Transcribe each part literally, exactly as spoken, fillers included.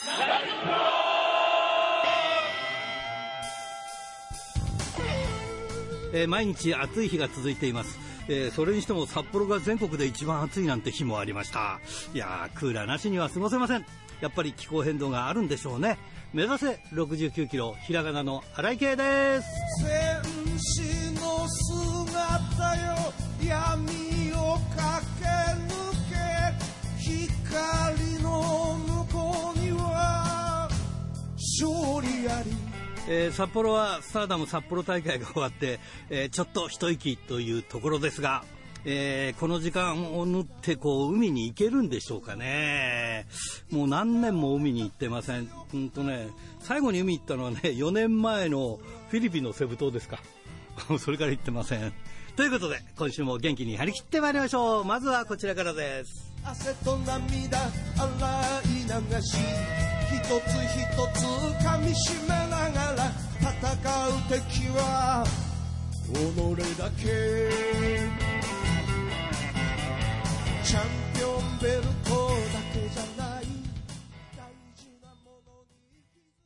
えー、毎日暑い日が続いています。えー、それにしても札幌が全国で一番暑いなんて日もありました。いやー、クーラーなしには過ごせません。やっぱり気候変動があるんでしょうね。目指せろくじゅうきゅうキロ、ひらがなの荒井圭です。 戦士の姿よ、闇を駆け抜け、光の向こうには勝利あり。 えー、札幌はスターダム札幌大会が終わって、えー、ちょっと一息というところですが、えー、この時間を縫ってこう海に行けるんでしょうかね。もう何年も海に行ってません。うんとね、最後に海行ったのはね、よねんまえのフィリピンのセブ島ですか。それから行ってません。ということで今週も元気に張り切ってまいりましょう。まずはこちらからです。 汗と涙洗い流し、一つ一つ噛みしめながら戦う敵は己だけ。チャンピオンベルトだけじゃない、大事なものに。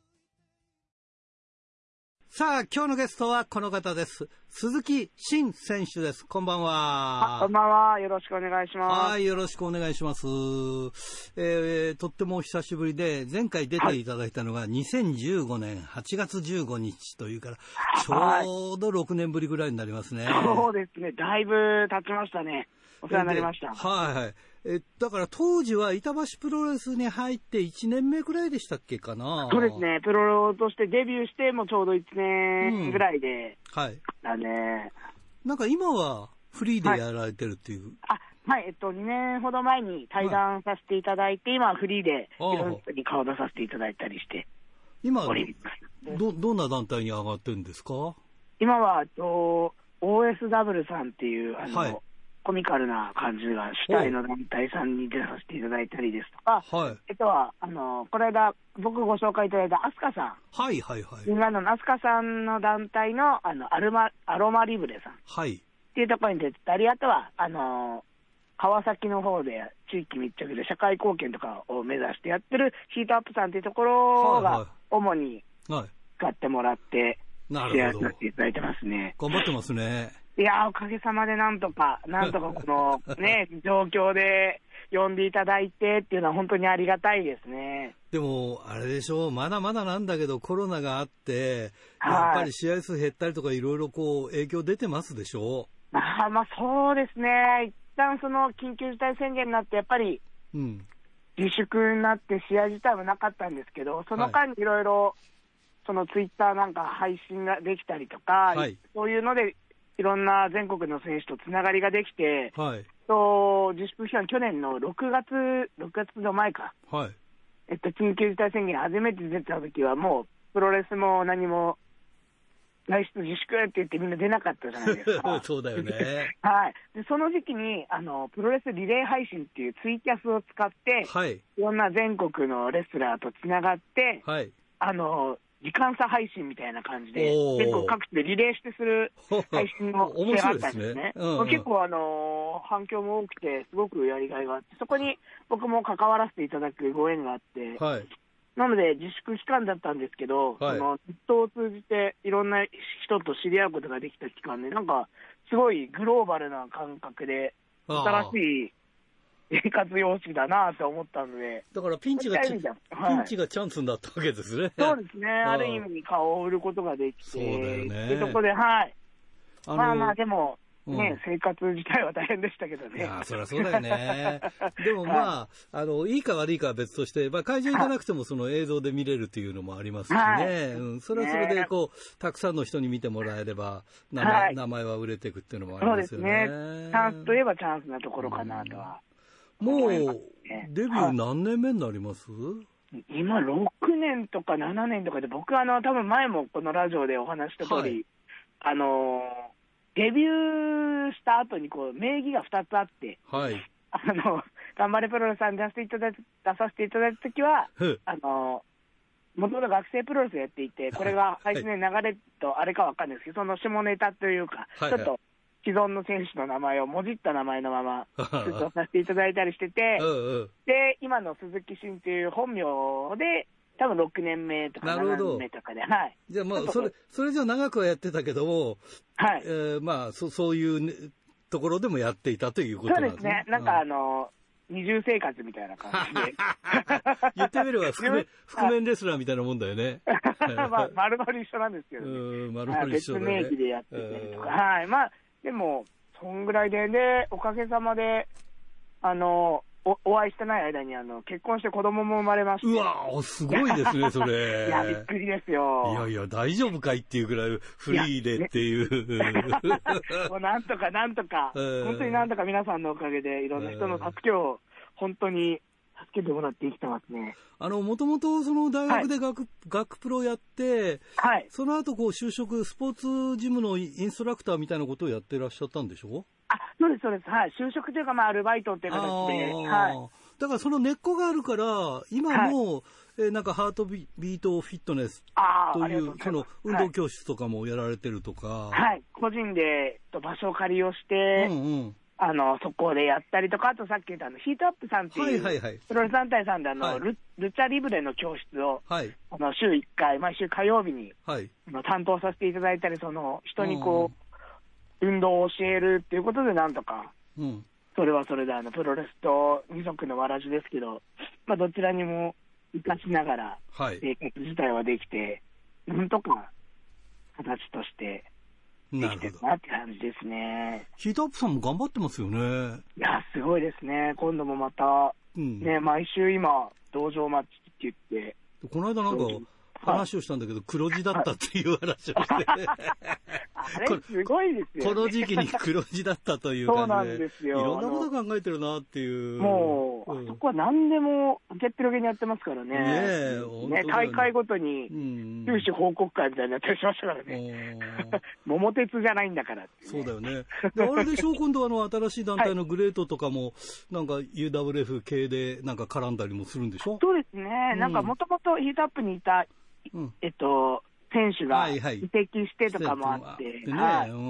さあ今日のゲストはこの方です。鈴木真選手です。こんばんは。 こんばんは。よろしくお願いします。 はい、よろしくお願いします。えー、とってもお久しぶりで、前回出ていただいたのがにせんじゅうごねんはちがつじゅうごにちというから、ちょうどろくねんぶりぐらいになりますね。 そうですね。だいぶ経ちましたね。お世話になりました。 はいはい。えだから当時は板橋プロレスに入っていちねんめぐらいでしたっけかな。 そうですね。プロとしてデビューしてもちょうどいちねんぐらいで、 うん、はい。 だね。 なんか今はフリーでやられてるっていう。 はい、あ、はい。えっと、にねんほど前に対談させていただいて、はい、今はフリーでいろんな人に顔出させていただいたりして。 今ど、どんな団体に上がってるんですか？ 今は、と オーエスダブリュー さんっていう、あの、はい、コミカルな感じが主体の団体さんに出させていただいたりですとか、はい、えっとは、あの、この間、僕ご紹介いただいたアスカさん。 はいはいはい。 イングランドのアスカさんの団体の、あの、アルマ、アロマリブレさん。 はい。 っていうところに出てたり、あとは、あの、川崎の方で地域密着で社会貢献とかを目指してやってるヒートアップさんっていうところが主に使ってもらって、シェアさせていただいてますね。 頑張ってますね。 いやー、おかげさまでなんとか、なんとかこのね、状況で呼んでいただいてっていうのは本当にありがたいですね。 でも、あれでしょう、まだまだなんだけどコロナがあって、やっぱり試合数減ったりとかいろいろこう影響出てますでしょう。 まあまあそうですね。一旦その緊急事態宣言になってやっぱり自粛になって試合自体もなかったんですけど、その間にいろいろそのツイッターなんか配信ができたりとか、はい、そういうのでいろんな全国の選手とつながりができて、はい、と自粛期間去年のろくがつ、ろくがつの前か、はい、えっと、緊急事態宣言初めて出た時はもうプロレスも何も外出自粛って言ってみんな出なかったじゃないですか。 そうだよね。 はい。で、その時期に、あの、プロレスリレー配信っていうツイキャスを使って、はい。いろんな全国のレスラーとつながって、はい。あの、時間差配信みたいな感じで、全国各地でリレーしてする配信をしてあったんですね。うんうん、結構あの、反響も多くて、すごくやりがいがあって、そこに僕も関わらせていただくご縁があって、はい。なので自粛期間だったんですけど、はい、そのネットを通じていろんな人と知り合うことができた期間で、なんかすごいグローバルな感覚で新しい生活様式だなと思ったので、 だからピンチがチ、はい、ピンチがチャンスになったわけですね。 そうですね。ある意味顔を売ることができて、そうだよね。っていうところで、はい。あまあまあでも。ね、うん、生活自体は大変でしたけどね。 いや、そりゃそうだよね。でもまあ、あの、いいか悪いかは別として、まあ、会場行かなくてもその映像で見れるっていうのもありますしね。はい、うん、それはそれで、こう、たくさんの人に見てもらえれば、名前、はい、名前は売れていくっていうのもありますよね。 そうですね。チャンスといえばチャンスなところかなとは、 うん。もう、デビュー何年目になります？はい、今、ろくねんとかななねんとかで、僕あの、多分前もこのラジオでお話した通り、はい、あのー、デビューした後にこう名義がふたつあって、はい、あの頑張れプロレスさんに出させていただい出させていただいたときは、あの元々学生プロレスをやっていて、これが配信で流れとあれかわかんないですけど、その下ネタというか、はい、ちょっと既存の選手の名前をもじった名前のまま出場させていただいたりしてて、うんうん、で、今の鈴木慎という本名で、多分ろくねんめとかななねんめとかで、はい。 じゃあまあ、それ、それじゃ長くはやってたけども、はい。えー、まあ、そ、そういう、ね、ところでもやっていたということなんですね。 そうですね。なんかあの、うん、二重生活みたいな感じで。 言ってみれば覆面、覆面レスラーみたいなもんだよね。 まあ、丸々一緒なんですけどね。 うん、丸々一緒だね。 別名義でやってたりとか。はい。まあ、でも、そんぐらいで、で、おかげさまで、あの、お, お会いしてない間にあの結婚して子供も生まれまして。 うわー、すごいですね、それ。 いや、びっくりですよ。 いやいや、大丈夫かいっていうぐらいフリーでっていう。いね、 もうなんとかなんとか、えー、本当になんとか皆さんのおかげでいろんな人の助けを本当に助けてもらって生きてますね。 あの、もともとその大学で学、はい、学プロやって、はい、その後こう就職、スポーツジムのインストラクターみたいなことをやってらっしゃったんでしょ？ あ、そうです、そうです。はい。就職というか、まあ、アルバイトっていう形で。はい。 だから、その根っこがあるから、今も、はい、えー、なんか、ハートビートフィットネスという、その、運動教室とかもやられてるとか。 はい。はい、個人で場所借りをして、うんうん、あの、そこでやったりとか、あとさっき言ったあの、ヒートアップさんっていう、はいはいはい、プロレス団体さんで、あの、はい、ル、ルチャリブレの教室を、はい、あの、週いっかい、毎週火曜日に、はい、あの担当させていただいたり、その、人にこう、運動を教えるっていうことでなんとか、うん、それはそれであのプロレスと二足のわらじですけど、まあ、どちらにも生かしながら生活自体はできて、はい、なんとか形としてできてるなって感じですね。 ヒートアップさんも頑張ってますよね。 いや、すごいですね。今度もまた、うん、ね、毎週今、道場マッチって言って、 この間なんか、話をしたんだけど、黒字だったっていう話をして、はい、 あれすごいですよ、ね、 この時期に黒字だったという感じで、そうなんですよ。いろんなこと考えてるなっていう。 もう、うん、あそこは何でも受けっぴろげにやってますからね。ねえ、ね、大会ごとに、収支報告会みたいになったりしましたからね。桃鉄じゃないんだからって、 ね。そうだよね。あれでしょう、今度あの、新しい団体のグレートとかも、はい、なんか ユーダブリューエフ 系でなんか絡んだりもするんでしょ？ そうですね。うん、なんかもともとヒートアップにいた、うん、えっと、選手が移籍してとかもあって、はいはい、ね、うん、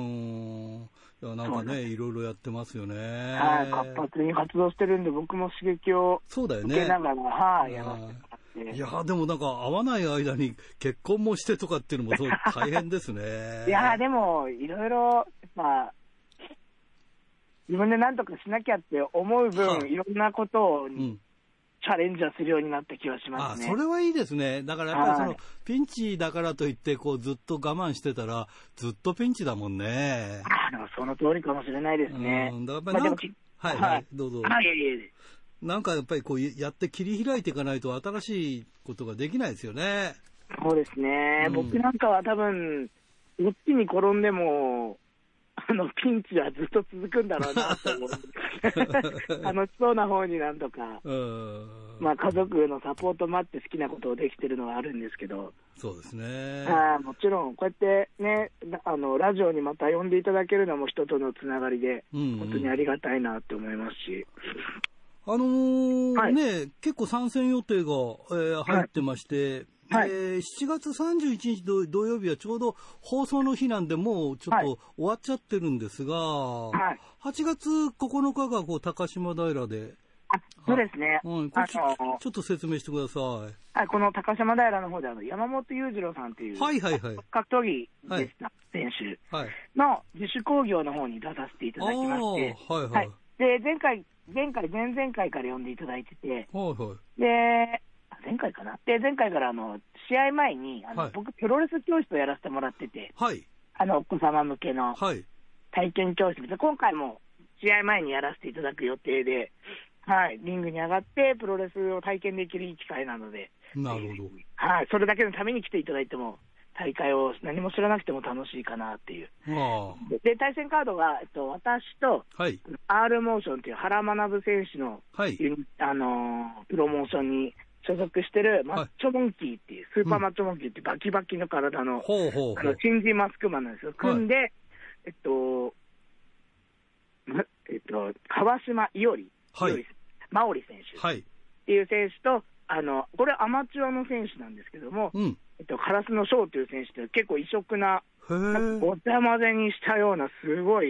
いやなんかね、いろいろやってますよね。 はい、活発に活動してるんで、僕も刺激を受けながら、はい、やらせてもらって。 いやでもなんか会わない間に結婚もしてとかっていうのも大変ですね。 いやでもいろいろまあ自分で何とかしなきゃって思う分、はあ、いろんなことを、うんチャレンジャーするようになった気はしますね。 あ、それはいいですね。だからやっぱりその、ピンチだからといって、こうずっと我慢してたら、ずっとピンチだもんね。 あ、でもその通りかもしれないですね。うん、だからやっぱりなんか、 まあ、はい、はい、どうぞ。はい、いえいえ。なんかやっぱりこうやって切り開いていかないと新しいことができないですよね。 そうですね。うん、僕なんかは多分、どっちに転んでも、あのピンチはずっと続くんだろうなと思う楽しそうな方になんとか、まあ、家族のサポートもあって好きなことをできてるのはあるんですけど、 そうですね。 あもちろんこうやってね、あのラジオにまた呼んでいただけるのも人とのつながりで、うんうん、本当にありがたいなって思いますし、 あのーはい、ね、結構参戦予定が、えー、入ってまして、はいはい、えー、しちがつさんじゅういちにち土曜日はちょうど放送の日なんで、もうちょっと終わっちゃってるんですが、はい、はちがつここのかがこう高島平で、 あ、そうですね、 うん、これちょ、あのー、ちょっと説明してください。 はい、この高島平の方であの山本裕次郎さんという、はいはいはい、格闘技でした、はい、選手の自主興行の方に出させていただきまして、はいはいはい、で前回、前回、前々回から呼んでいただいてて、はいはい、で前回かなで前回からあの試合前にあの、はい、僕プロレス教室をやらせてもらってて、はい、あのお子様向けの体験教室で、今回も試合前にやらせていただく予定で、はい、リングに上がってプロレスを体験できるいい機会なので、 なるほど、 はい、それだけのために来ていただいても大会を何も知らなくても楽しいかなっていう。で対戦カードが、えっと、私と、はい、R モーションという原学選手の、はい、あのプロモーションに所属してるマッチョモンキーっていう、スーパーマッチョモンキーっていうバキバキの体の、うん、あの新人マスクマンなんですよ。組んで、はい、えっと、えっと、川島伊織、はい、マオリ選手っていう選手と、あの、これアマチュアの選手なんですけども、うん、えっと、カラスのショーという選手って結構異色な、ごちゃ混ぜにしたようなすごい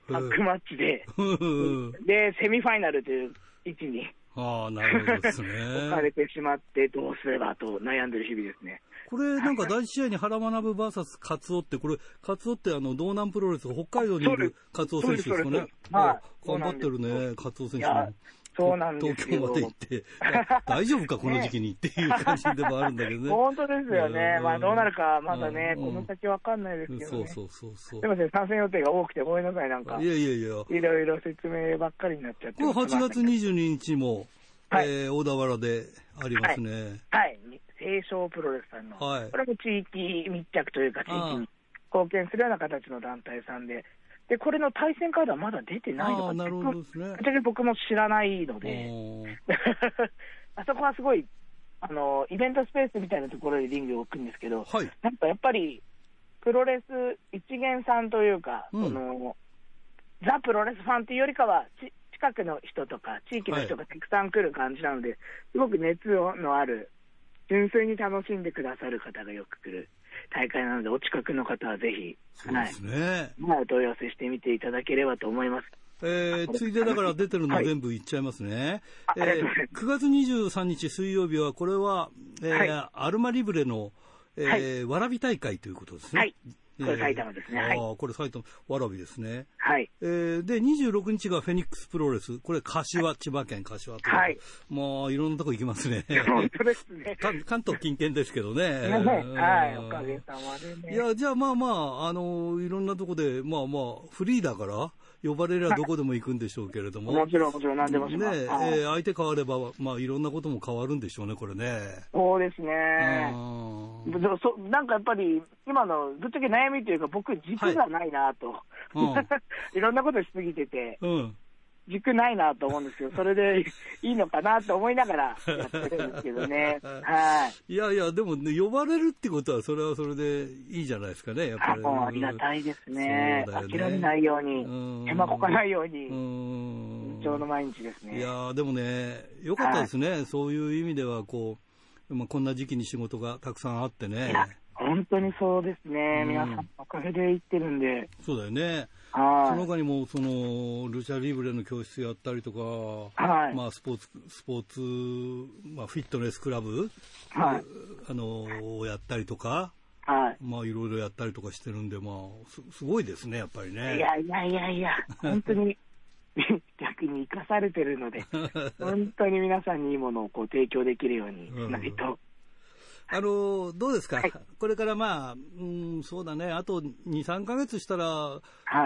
タッグマッチで、で、セミファイナルという位置に、 ああ、なるほどですね。 置かれてしまって、どうすればと悩んでる日々ですね。 これ、なんか第一試合に原学 ブイエス カツオって、これ、カツオってあの、道南プロレス、北海道にいるカツオ選手ですかね。はい。頑張ってるね、カツオ選手も。 そうなんですよ。 東京まで行って、大丈夫か、この時期にっていう感じでもあるんだけどね。 本当ですよね。まあ、どうなるか、まだね、この先わかんないですけどね。 そうそうそうそう。 すみません、参戦予定が多くてごめんなさい、なんか。 いやいやいや。 いろいろ説明ばっかりになっちゃって。 はちがつにじゅうににちも、えー、小田原でありますね。 はい。清少プロレスさんの、はい、これも地域密着というか、地域に貢献するような形の団体さんで、で、これの対戦カードはまだ出てないのか、 あ、なるほどですね。 私僕も知らないので、あそこはすごい、あの、イベントスペースみたいなところでリングを置くんですけど、はい、なんかやっぱり、プロレス一元さんというか、うん、その、ザ・プロレスファンというよりかは、ち近くの人とか、地域の人がたくさん来る感じなので、はい、すごく熱のある、純粋に楽しんでくださる方がよく来る大会なので、お近くの方はぜひ、 そうですね。 はい、お問い合わせしてみていただければと思います。 えー、ついでだから出てるの全部言っちゃいますね。はい、えー、くがつにじゅうさんにち水曜日は、これは、えーはい、アルマリブレの、えーはい、わらび大会ということですね。はい。 これ埼玉ですね。はい、 ああ、これ埼玉、わらびですね。 はい。 えー、で、にじゅうろくにちがフェニックスプロレス。これ、柏、千葉県柏と。はい。まあ、いろんなとこ行きますね。 本当ですね。 関東近県ですけどね。 はい、おかげさまでね。 いや、じゃあまあまあ、あの、いろんなとこで、まあまあ、フリーだから、呼ばれればどこでも行くんでしょうけれども。 もちろん、もちろん、何でもします。 ね、はい、えー、相手変われば、まあ、いろんなことも変わるんでしょうね、これね。 そうですね。そなんかやっぱり、今のぶっちゃけ悩みというか、僕、軸がないなと、はいうん、いろんなことしすぎてて、うん、軸ないなと思うんですけど、それでいいのかなと思いながらやってるんですけどね。はい。 いやいや、でも、ね、呼ばれるってことは、それはそれでいいじゃないですかね、やっぱり。 あ、もうありがたいですね。ね、諦めないように、手間こかないように、順調の毎日ですね。 いやでもね、よかったですね、はい、そういう意味では、こう、まあ、こんな時期に仕事がたくさんあってね。 本当にそうですね、うん、皆さんのおかげで行ってるんで。 そうだよね。その他にもそのルチャリブレの教室やったりとか、はい、まあスポーツスポーツ、まあ、フィットネスクラブ、はい、あのやったりとか、はい、まあいろいろやったりとかしてるんで、まあ す, すごいですねやっぱりね。 いやいやいやいや本当に逆に生かされてるので本当に皆さんにいいものをこう提供できるようにしないと。うん、 あのどうですか、はい、これからまあ、うん、そうだね、あとに、さんかげつしたら、はい、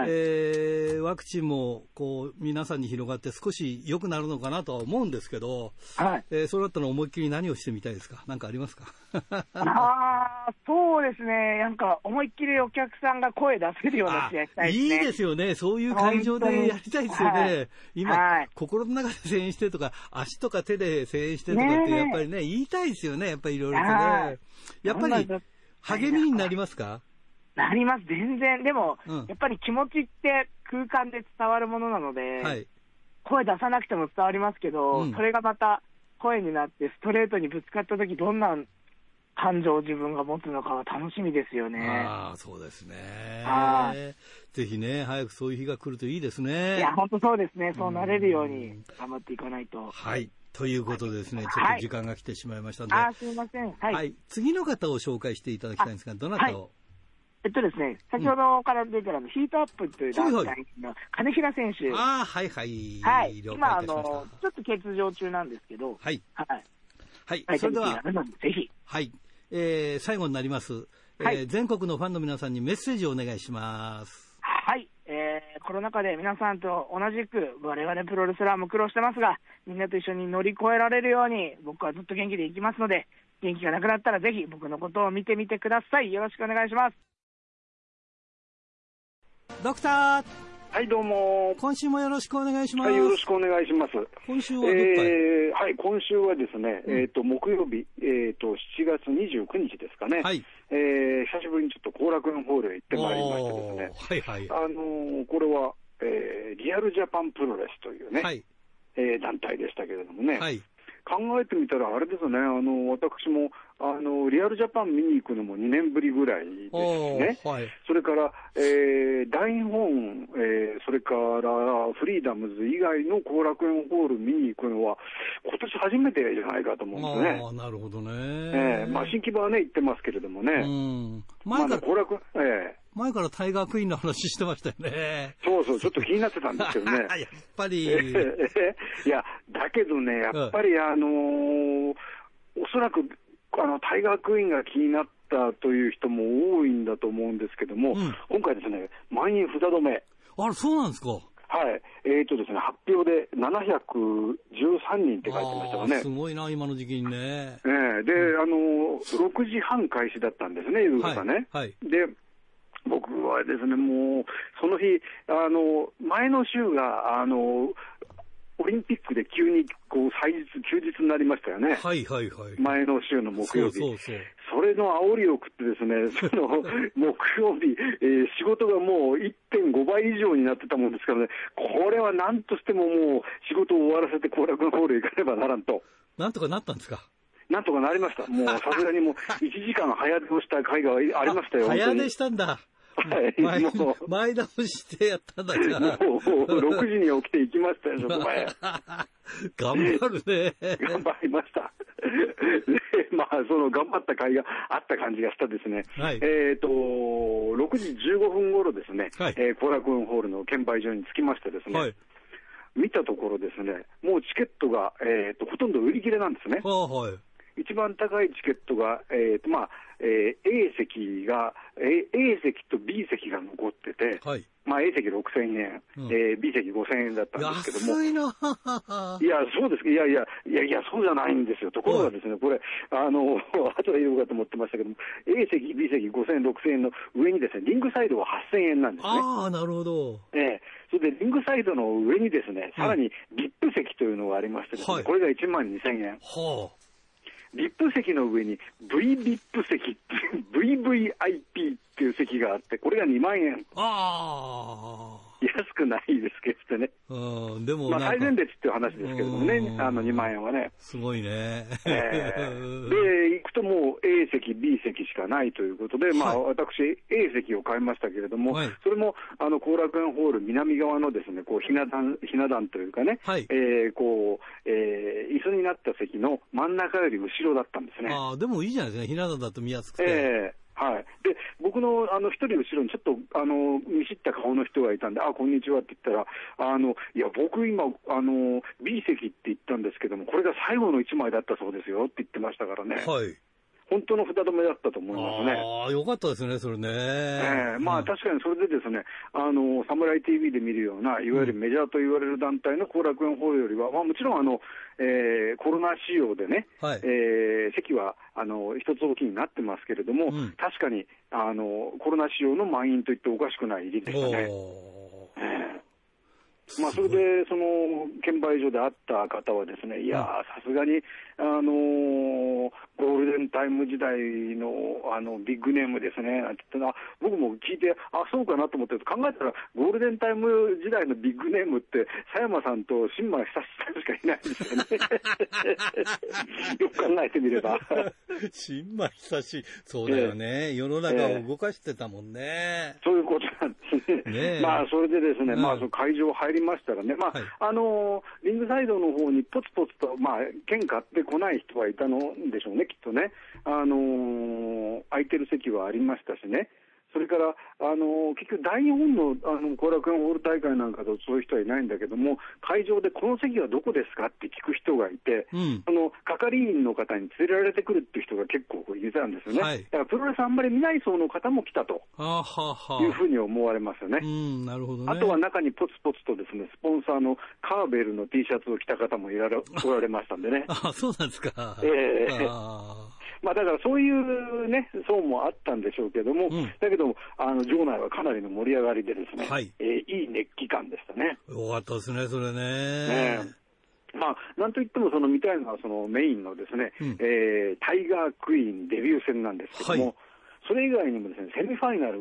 えー、ワクチンもこう皆さんに広がって少し良くなるのかなとは思うんですけど、はい、えー、そうだったら思いっきり何をしてみたいですか、何かありますか？ あそうですね、なんか思いっきりお客さんが声出せるような試合したいですね。 いいですよね、そういう会場でやりたいですよね。はい、今、はい、心の中で声援してとか、足とか手で声援してとかって、やっぱりね、言いたいですよね、やっぱりいろいろとね。やっぱり励みになりますか？ なります、全然。でも、うん、やっぱり気持ちって空間で伝わるものなので、はい、声出さなくても伝わりますけど、うん、それがまた声になってストレートにぶつかった時どんな感情を自分が持つのかは楽しみですよね。 ああ、そうですね。ぜひね、早くそういう日が来るといいですね。 いや、本当そうですね。そうなれるように頑張っていかないと。 はい。ということでですね、ちょっと時間が来てしまいましたので、 はい、あ、すみません、はい、はい。 次の方を紹介していただきたいんですが、どなたを、はい、 えっとですね、先ほどから出てるの、うん、ヒートアップという団体の金平選手。 ああ、はいはい。 はい。今、あの、ちょっと欠場中なんですけど、 はい。 はい。 はい。それでは、 ぜひ。 はい。えー、最後になります、えーはい、全国のファンの皆さんにメッセージをお願いします。 はい。えー、コロナ禍で皆さんと同じく我々プロレスラーも苦労してますが、みんなと一緒に乗り越えられるように僕はずっと元気でいきますので、元気がなくなったらぜひ僕のことを見てみてください。よろしくお願いします。 ドクター、 はい、どうも。 今週もよろしくお願いします。 はい、よろしくお願いします。 今週はどっかへ、 えー、はい、今週はですね、うん、えっ、ー、と、木曜日、えっ、ー、と、しちがつにじゅうくにちですかね。はい。えー、久しぶりにちょっと後楽園ホールへ行ってまいりましてですね。はいはい。あのー、これは、えー、リアルジャパンプロレスというね、はい、えー、団体でしたけれどもね。はい。 考えてみたら、あれですね、あの私もあのリアルジャパン見に行くのもにねんぶりぐらいですね、はい、それから、えー、大日本、えー、それからフリーダムズ以外の後楽園ホール見に行くのは、今年初めてじゃないかと思うんですね。 あ、なるほどね、 えーまあ、新木場はね、行ってますけれどもね、うん、前から、まあ、後楽えー前からタイガークイーンの話してましたよね。 そうそう、ちょっと気になってたんですけどね。 やっぱり。 いや、だけどね、やっぱり、あのー、おそらく、あの、タイガークイーンが気になったという人も多いんだと思うんですけども、うん、今回ですね、満員札止め。 あれ、そうなんですか。はい。 えーとですね、発表でななひゃくじゅうさんにんって書いてましたかね。 すごいな、今の時期にね。 えー、で、うん、あの、ろくじはん開始だったんですね、夕方ね。はい。はい、で、僕はですね、もう、その日、あの、前の週が、あの、オリンピックで急にこう祭日、休日になりましたよね。 はいはいはい。 前の週の木曜日。 そうそうそう。 それの煽りを食ってですね、その木曜日、えー、仕事がもう いってんご 倍以上になってたもんですからね、これは何としてももう仕事を終わらせて後楽園ホールへ行かねばならんと。 なんとかなったんですか？ なんとかなりました。もうさすがにもういちじかん早出をした会がありましたよ。 早出したんだ。はい、前, 前倒してやったんだじゃあ。もうろくじに起きて行きましたよ、そこへ。 頑張るね。 頑張りました。で、まあ、その頑張った甲斐があった感じがしたですね。はい、えっと、ろくじじゅうごふん頃ですね、はい、えー、後楽園ホールの券売所に着きましてですね、はい、見たところですね、もうチケットが、えー、とほとんど売り切れなんですね。はい、一番高いチケットが、えーとまあえー、A 席が、A, A 席と B 席が残ってて、はい、まあ、A 席ろくせんえん、うん、えー、B 席ごせんえんだったんですけども。 安いな。 いや、そうです。いやいや、いやいや、そうじゃないんですよ。ところがですね、これ、あの、後で言おうかと思ってましたけども、A 席、B 席ごせんえん、ろくせんえんの上にですね、リングサイドははっせんえんなんですね。 ああ、なるほど。 ええー、それでリングサイドの上にですね、さらに ブイアイピー 席というのがありましてですね、はい、これがいちまんにせんえん。はあ、ブイアイピー 席の上に ブイブイアイピー 席、ブイブイアイピー っていう席があって、これがにまんえん。ああ。安くないですけどね。うん、でもまあ最前列っていう話ですけどもね、あのにまんえんはね。 すごいね。 えー、で、行くともう A 席、B 席しかないということで、まあ、はい、私 A 席を買いましたけれども、はい、それもあの後楽園ホール南側のですね、こうひな壇、ひな壇というかね、はい、えー、こう、えー、椅子になった席の真ん中より後ろだったんですね。 ああ、でもいいじゃないですか、ひな壇だと見やすくて。えーはい、で僕のあの一人後ろにちょっとあの見知った顔の人がいたんで、あ、こんにちはって言ったら、あのいや僕今あの B 席って言ったんですけども、これが最後のいちまいだったそうですよって言ってましたからね。はい、本当の札止めだったと思いますね。 ああ、よかったですね、それね。 えー、まあ、確かにそれでですね、あの、サムライ ティーブイ で見るような、いわゆるメジャーと言われる団体の後楽園ホールよりは、まあ、もちろん、あの、えー、コロナ仕様でね、はい、えー、席は、あの、一つ大きになってますけれども、うん、確かに、あの、コロナ仕様の満員といっておかしくない入りでしたね。まあ、それで、その、券売所で会った方はですね、いやー、さすがに、あのー、ゴールデンタイム時代の、あの、ビッグネームですね、なんて言って、僕も聞いて、あ、そうかなと思って考えたら、ゴールデンタイム時代のビッグネームって、佐山さんと新米久志さんしかいないんですよね。よく考えてみれば。 新米久志、そうだよね、えー、世の中を動かしてたもんね。 えー、そういうことなんですね。ね、まあ、それでですね、うん、まあ、その会場入りましたらね、まあ、はい、あのー、リングサイドの方にポツポツと、まあ、券買ってこない人はいたのでしょうね、きっとね。あのー、空いてる席はありましたしね。それから、あのー、結局大日本のあの後楽園ホール大会なんかだとそういう人はいないんだけども、会場でこの席はどこですかって聞く人がいて、うん、あの係員の方に連れられてくるっていう人が結構いたんですよね。はい、だからプロレスあんまり見ない層の方も来たというふうに思われますよね。うん、なるほどね。あとは中にポツポツとですね、スポンサーのカーベルの T シャツを着た方もいられおられましたんでね。 あ、そうなんですか。 ええーまあ、だからそういうね、層もあったんでしょうけども、うん、だけど、あの、場内はかなりの盛り上がりでですね、はい、えー、いい熱気感でしたね。 よかったですね、それね。 ねまあ、なんといってもその見たいのはそのメインのですね、うん、えー、タイガークイーンデビュー戦なんですけども、はい、それ以外にもですね、セミファイナルは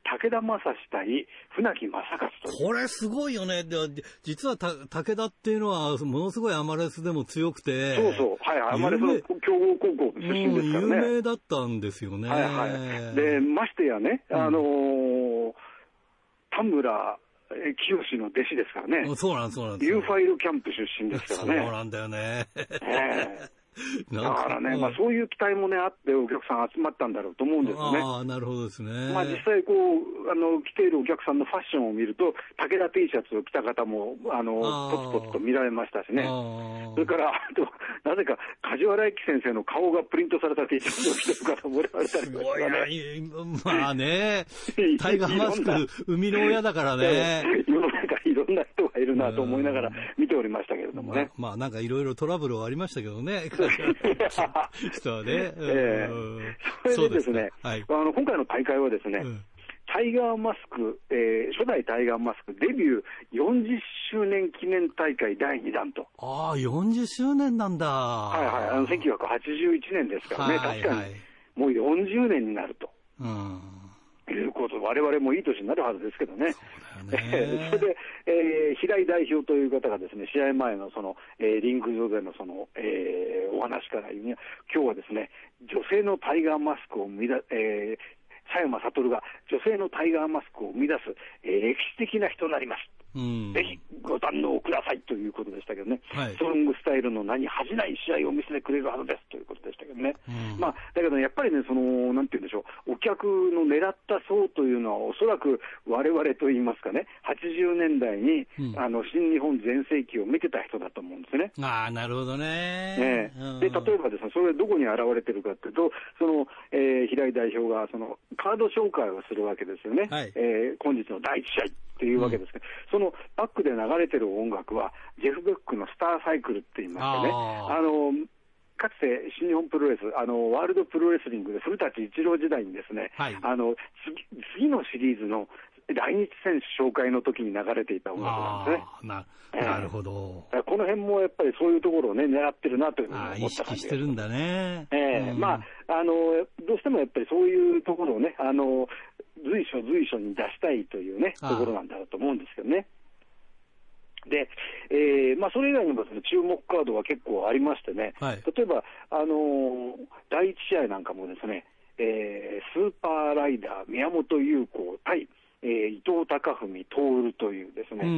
武田正史対船木正勝と。 これすごいよね。で実はた武田っていうのはものすごいアマレスでも強くて、 そうそう、はい、アマレスの強豪高校出身ですからね、 うん、有名だったんですよね。 はいはい、でましてやね、あのーうん、田村清の弟子ですからね。 そうなんそうなんです。 ユーファイルキャンプ出身ですからね。 そうなんだよね。 えーだからね、まあ、そういう期待もね、あって、お客さん集まったんだろうと思うんですよね。 ああ、なるほどですね。 まあ、実際こう、あの、来ているお客さんのファッションを見ると、武田 T シャツを着た方も、あの、ポツポツと見られましたしね。それから、あと、なぜか、梶原一騎先生の顔がプリントされた T シャツを着てる方もおられたりとか、ね。すごいな、まあね、タイガーマスク、生みの親だからね。 世の中いろんな人がいるなと思いながら見ておりましたけれどもね。 まあ、まあ、なんかいろいろトラブルはありましたけどね。人はね。 えー、それでですね、はい、あの今回の大会はですね、うん、タイガーマスク、えー、初代タイガーマスクデビューよんじゅっしゅうねん記念大会だいにだんと。 ああ、よんじゅっしゅうねんなんだ。 はいはい、あのせんきゅうひゃくはちじゅういちねんですからね、はいはい、確かにもうよんじゅうねんになると。うん、いうこと、我々もいい年になるはずですけどね。そ, ねそれで、えー、平井代表という方がですね、試合前のその、えー、リング上でのその、えー、お話から言うには、今日はですね、女性のタイガーマスクを生み出、えー、佐山悟が女性のタイガーマスクを生み出す、えー、歴史的な人になります。うん、ぜひご堪能くださいということでしたけどね、はい、ストロングスタイルの名に恥じない試合を見せてくれるはずですということでしたけどね、うん、まあ、だけどやっぱりね、そのなんて言うんでしょう、お客の狙った層というのはおそらく我々といいますかね、はちじゅうねんだいに、うん、あの新日本全盛期を見てた人だと思うんですね。 ああ、なるほどね。 ね、うん、で例えばですね、それどこに現れてるかというと、その、えー、平井代表がそのカード紹介をするわけですよね、はい、えー、今日のだいいち試合っていうわけですけど、うん、そのバックで流れてる音楽はジェフ・ベックのスターサイクルって言いましてね、ああのかつて新日本プロレス、あのワールドプロレスリングで古舘一郎時代にですね、はい、あの 次, 次のシリーズの来日選手紹介の時に流れていた音楽なんですね。 な, なるほど、 えー、この辺もやっぱりそういうところをね狙ってるなというふうに思った感じです。 意識してるんだね。 えーうん、まああのどうしてもやっぱりそういうところをね、あの随所随所に出したいというねところなんだろうと思うんですけどね。で、えーまあ、それ以外にもですね、注目カードは結構ありましてね、はい、例えば、あのー、だいいち試合なんかもですね、えー、スーパーライダー宮本優子対、えー、伊藤孝文徹というですね、うん、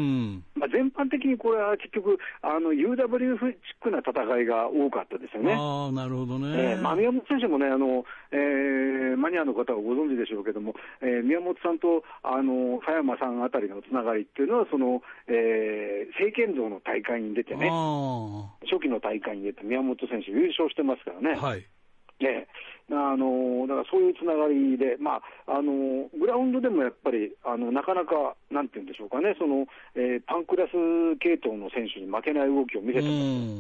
まあ、全般的にこれは結局あの ユーダブリューエフ チックな戦いが多かったですよね。 あ、なるほどね。 えーまあ、宮本選手もね、あの、えー、マニアの方はご存知でしょうけども、えー、宮本さんとあの佐山さんあたりのつながりっていうのはその、えー、聖剣道の大会に出てね、初期の大会に出て宮本選手優勝してますからね。はい、ね、あのだからそういうつながりで、まあ、あのグラウンドでもやっぱりあのなかなかなんていうんでしょうかね、その、えー、パンクラス系統の選手に負けない動きを見せてます。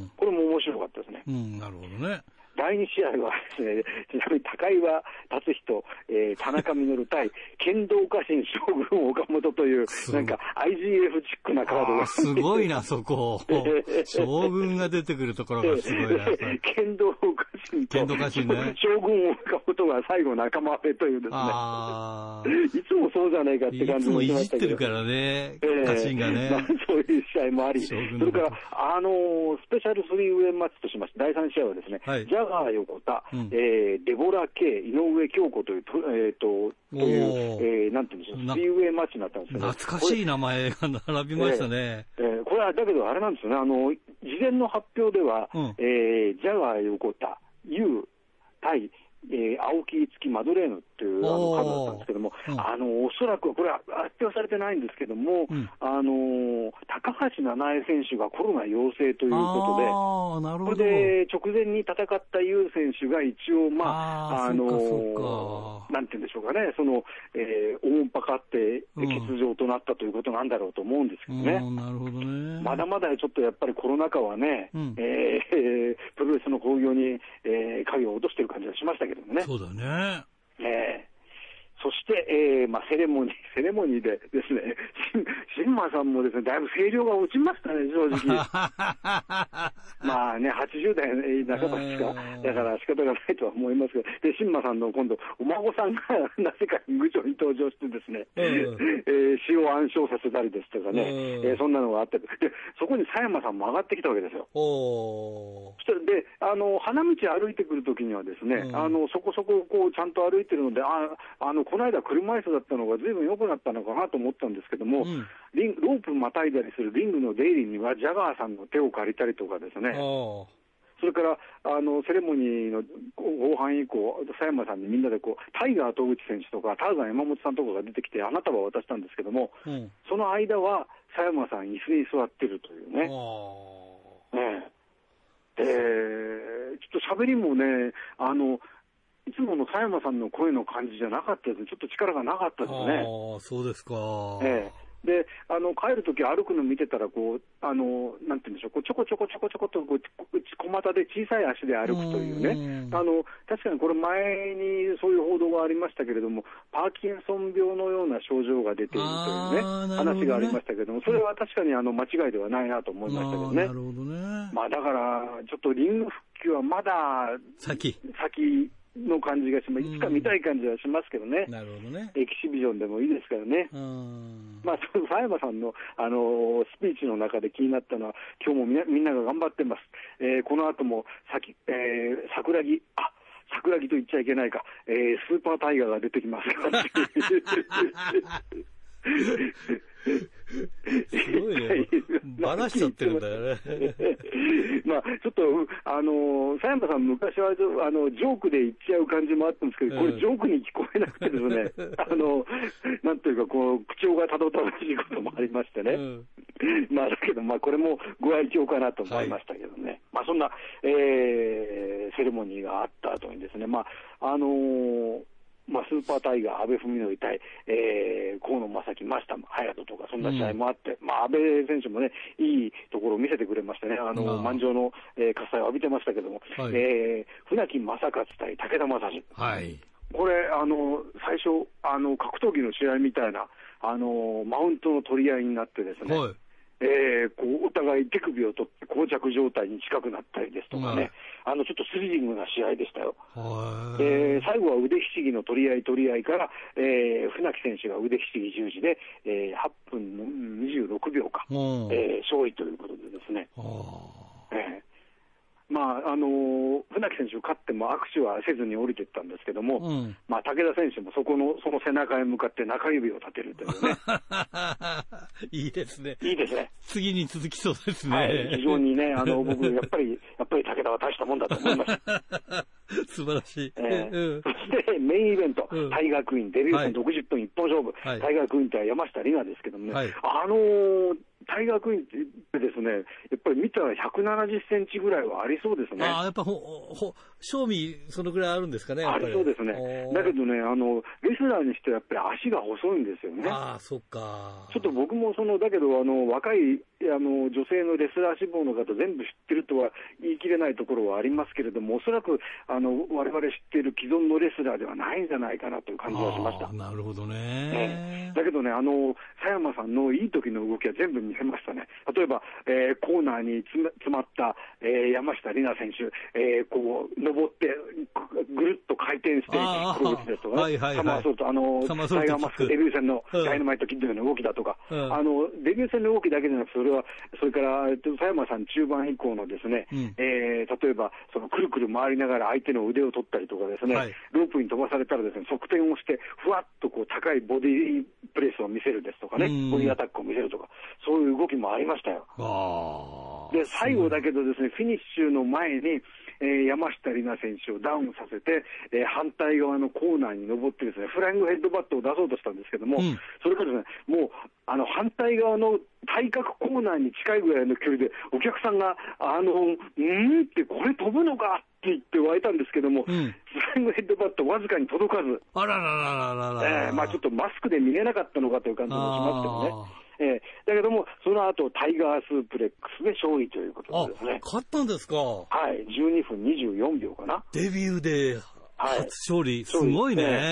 これも面白かったですね。 うん、なるほどね。 だいに試合はですね、ちなみに高岩達人、えー、田中実対剣道家臣将軍岡本というなんか アイジーエフ チックなカードがすごいな、そこ将軍が出てくるところがすごいな剣道家臣と剣道家臣、ね、 将軍岡本が最後仲間割れというですね、あいつもそうじゃないかって感じもしましたけど、いつもいじってるからね、家臣がね、まあ、そういう試合もあり、それからあのー、スペシャルスリーウェイマッチとしましてだいさん試合はですね、はい、ジャガー横田、うん、えー、デボラ・ケイ、井上京子という、えー、とという、えー、なんていうんでしょう、スリーウェイマッチになったんですけど、 懐かしい名前が並びましたね。 えーえー、これはだけどあれなんですよね、あの事前の発表では、うん、えー、ジャガー横田、ユウ対、えー、青木月マドレーヌっていうあの数だったんですけども、うん、あのおそらくこれは発表されてないんですけども、うん、あの高橋七重選手がコロナ陽性ということで、 あ、なるほど、 それで直前に戦ったユウ選手が一応、まあ、あ、あのなんていうんでしょうかね、その、えー、おもんぱかって欠場となったということなんだろうと思うんですけどね。 うん、なるほどね。 まだまだちょっとやっぱりコロナ禍はね、うん、えー、プロレスの興行に、えー、影を落としている感じがしましたけどね。 そうだね。 えーそして、えーまあ、セレモニー、セレモニーでですね、新馬さんもですね、だいぶ声量が落ちましたね、正直。まあね、はちじゅうだい半ばですか、だから仕方がないとは思いますが、で、新馬さんの今度、お孫さんがなぜか議長に登場してですね、えー、死を暗唱させたりですとかね、えー、そんなのがあって、で、そこに佐山さんも上がってきたわけですよ。そして、で、あの、花道歩いてくるときにはですね、あの、そこそここう、ちゃんと歩いてるので、あ、あの、この間車椅子だったのが随分良くなったのかなと思ったんですけども、うん、リンロープまたいだりするリングの出入りにはジャガーさんの手を借りたりとかですね、それからあのセレモニーの後半以降、佐山さんにみんなでこうタイガー戸口選手とかターザン山本さんとかが出てきて花束を渡したんですけども、うん、その間は佐山さん椅子に座ってるというね。ねでちょっと喋りもね、あのいつもの佐山さんの声の感じじゃなかったですね。ちょっと力がなかったですね。 ああ、そうですか。 ええ。で、あの、帰るとき歩くの見てたら、こう、あの、なんて言うんでしょう、こうちょこちょこちょこちょこっとこう、小股で小さい足で歩くというね。あの、確かにこれ前にそういう報道がありましたけれども、パーキンソン病のような症状が出ているというね、話がありましたけれども、それは確かにあの、間違いではないなと思いましたけどね。 なるほどね。 まあだから、ちょっとリング復帰はまだ、 先。 先。の感じがします。いつか見たい感じはしますけどね。 なるほどね。 エキシビジョンでもいいですからね。うんまあ、その佐山さんの、あのー、スピーチの中で気になったのは、今日もみんな、みんなが頑張ってます。えー、この後も先、えー、桜木、あ、桜木と言っちゃいけないか、えー、スーパータイガーが出てきます。 すごいね。ばらしちゃってるんだよね。 まあ、ちょっと、あの、佐山さん昔は、あの、ジョークで言っちゃう感じもあったんですけど、これジョークに聞こえなくてですね、あの、なんというか、こう、口調がたどたどしいこともありましてね。うん、まあ、だけど、まあ、これもご愛嬌かなと思いましたけどね。はい、まあ、そんな、えー、セレモニーがあった後にですね、まあ、あのー、まあ、スーパータイガー、阿部文則対、えー、河野正樹、増田隼人とか、そんな試合もあって、うん、まあ、阿部選手もね、いいところを見せてくれましたね。あの、満場の、えー、喝采を浴びてましたけども、はい、えー、船木正勝対武田正史。はい。これ、あの、最初、あの、格闘技の試合みたいな、あの、マウントの取り合いになってですね、はい、えー、こうお互い手首を取って膠着状態に近くなったりですとかね、あのちょっとスリリングな試合でしたよ。えー、最後は腕ひしぎの取り合い取り合いから、えー、船木選手が腕ひしぎ十字で、えー、はっぷんのにじゅうろくびょうか、えー、勝利ということでですね、えーまああのー、船木選手勝っても握手はせずに降りていったんですけども、うん、まあ、武田選手もそこのその背中へ向かって中指を立てるというねいいですね。 いいですね。 次に続きそうですね。 はい、非常にね、あの僕やっぱりやっぱり武田は大したもんだと思いました。 素晴らしい。 えーうん、そしてメインイベント、うん、タイガークイーンデビュー戦ろくじゅっぷん一本勝負、はい、タイガークイーンとは山下里奈ですけどもね、はい、あのータイガークイーンってですね、やっぱり見たらひゃくななじゅっセンチぐらいはありそうですね。 ああ、やっぱほ、ほ、正味そのぐらいあるんですかね、やっぱり。 ありそうですね。だけどね、あの、レスラーにしてはやっぱり足が細いんですよね。 ああ、そっか。 ちょっと僕もその、だけど、あの、若い、あの、女性のレスラー志望の方全部知ってるとは言い切れないところはありますけれども、おそらく、あの、我々知っている既存のレスラーではないんじゃないかなという感じがしました。 なるほどね。 ねだけどね、あの、佐山さんのいい時の動きは全部見せましたね。例えば、えー、コーナーに詰まった、えー、山下里奈選手、えー、こう、登って、ぐるっと回転して、黒口ですとか、ね、はいはいはい、サマーソルト、あの、タイガーマスクデビュー戦のダイナマイトキッドの動きだとか、うん、あの、デビュー戦の動きだけじゃなくて、それは、それから、佐山さん中盤以降のですね、うん、えー、例えば、その、くるくる回りながら相手の腕を取ったりとかですね、はい、ロープに飛ばされたらですね、側転をして、ふわっとこう、高いボディプレスを見せるですとかね、ボディアタックを見せるとか、そういう動きもありましたよ。あで、最後だけどですね、フィニッシュの前に、えー、山下里奈選手をダウンさせて、えー、反対側のコーナーに登ってですね、フライングヘッドバットを出そうとしたんですけども、うん、それからですね、もう、あの、反対側の対角コーナーに近いぐらいの距離で、お客さんが、あの、んーってこれ飛ぶのかって言って湧いたんですけども、うん、フライングヘッドバットわずかに届かず、 あらららららら、 えー、まあちょっとマスクで見えなかったのかという感じもしますけどね。えー、だけども、その後タイガースープレックスで勝利ということですね。 勝ったんですか。はい、じゅうにふんにじゅうよんびょうかな。 デビューで初勝利、はい、すごいね。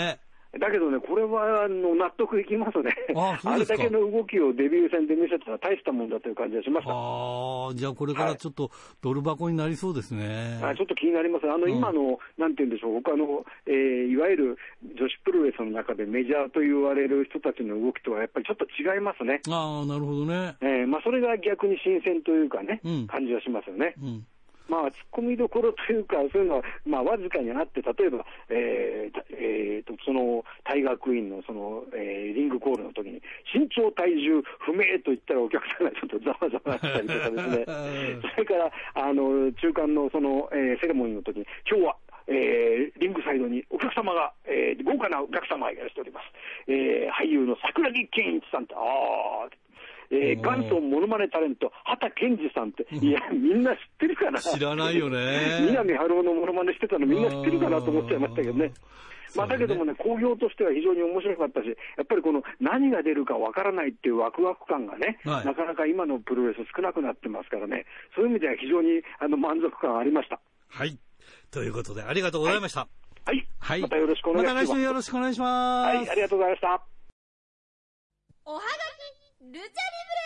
だけどね、これはあの納得いきますね。あ, あれだけの動きをデビュー戦で見せたら大したもんだという感じがしました。 あじゃあこれからちょっとドル箱になりそうですね。 はい、ちょっと気になります。あの、うん、今のなんて言うんでしょう、他の、えー、いわゆる女子プロレスの中でメジャーと言われる人たちの動きとはやっぱりちょっと違いますね。 ああ、なるほどね。 えー、まあそれが逆に新鮮というかね、うん、感じはしますよね。うん、まあ、突っ込みどころというか、そういうのは、まあ、わずかにあって、例えば、えーえー、とそのタイガークイーンのその、えー、リングコールの時に、身長、体重不明と言ったら、お客さんがちょっとざわざわしたりとかですね、それからあの中間のその、えー、セレモニーの時に、今日は、えー、リングサイドにお客様が、えー、豪華なお客様がいらしております、えー、俳優の桜木健一さんって、あーえー、元祖モノマネタレント畑健二さんって、いやみんな知ってるかな。 知らないよね。 南春夫のモノマネしてたのみんな知ってるかなと思っちゃいましたけどね。まあ、だけどもね、興行としては非常に面白かったし、やっぱりこの何が出るかわからないっていうワクワク感がね、はい、なかなか今のプロレス少なくなってますからね、そういう意味では非常にあの満足感ありました。 はい。ということでありがとうございました。 はい。はい、またよろしくお願いします。 また来週よろしくお願いします。 はい、ありがとうございました。 おはがきルチャリブレ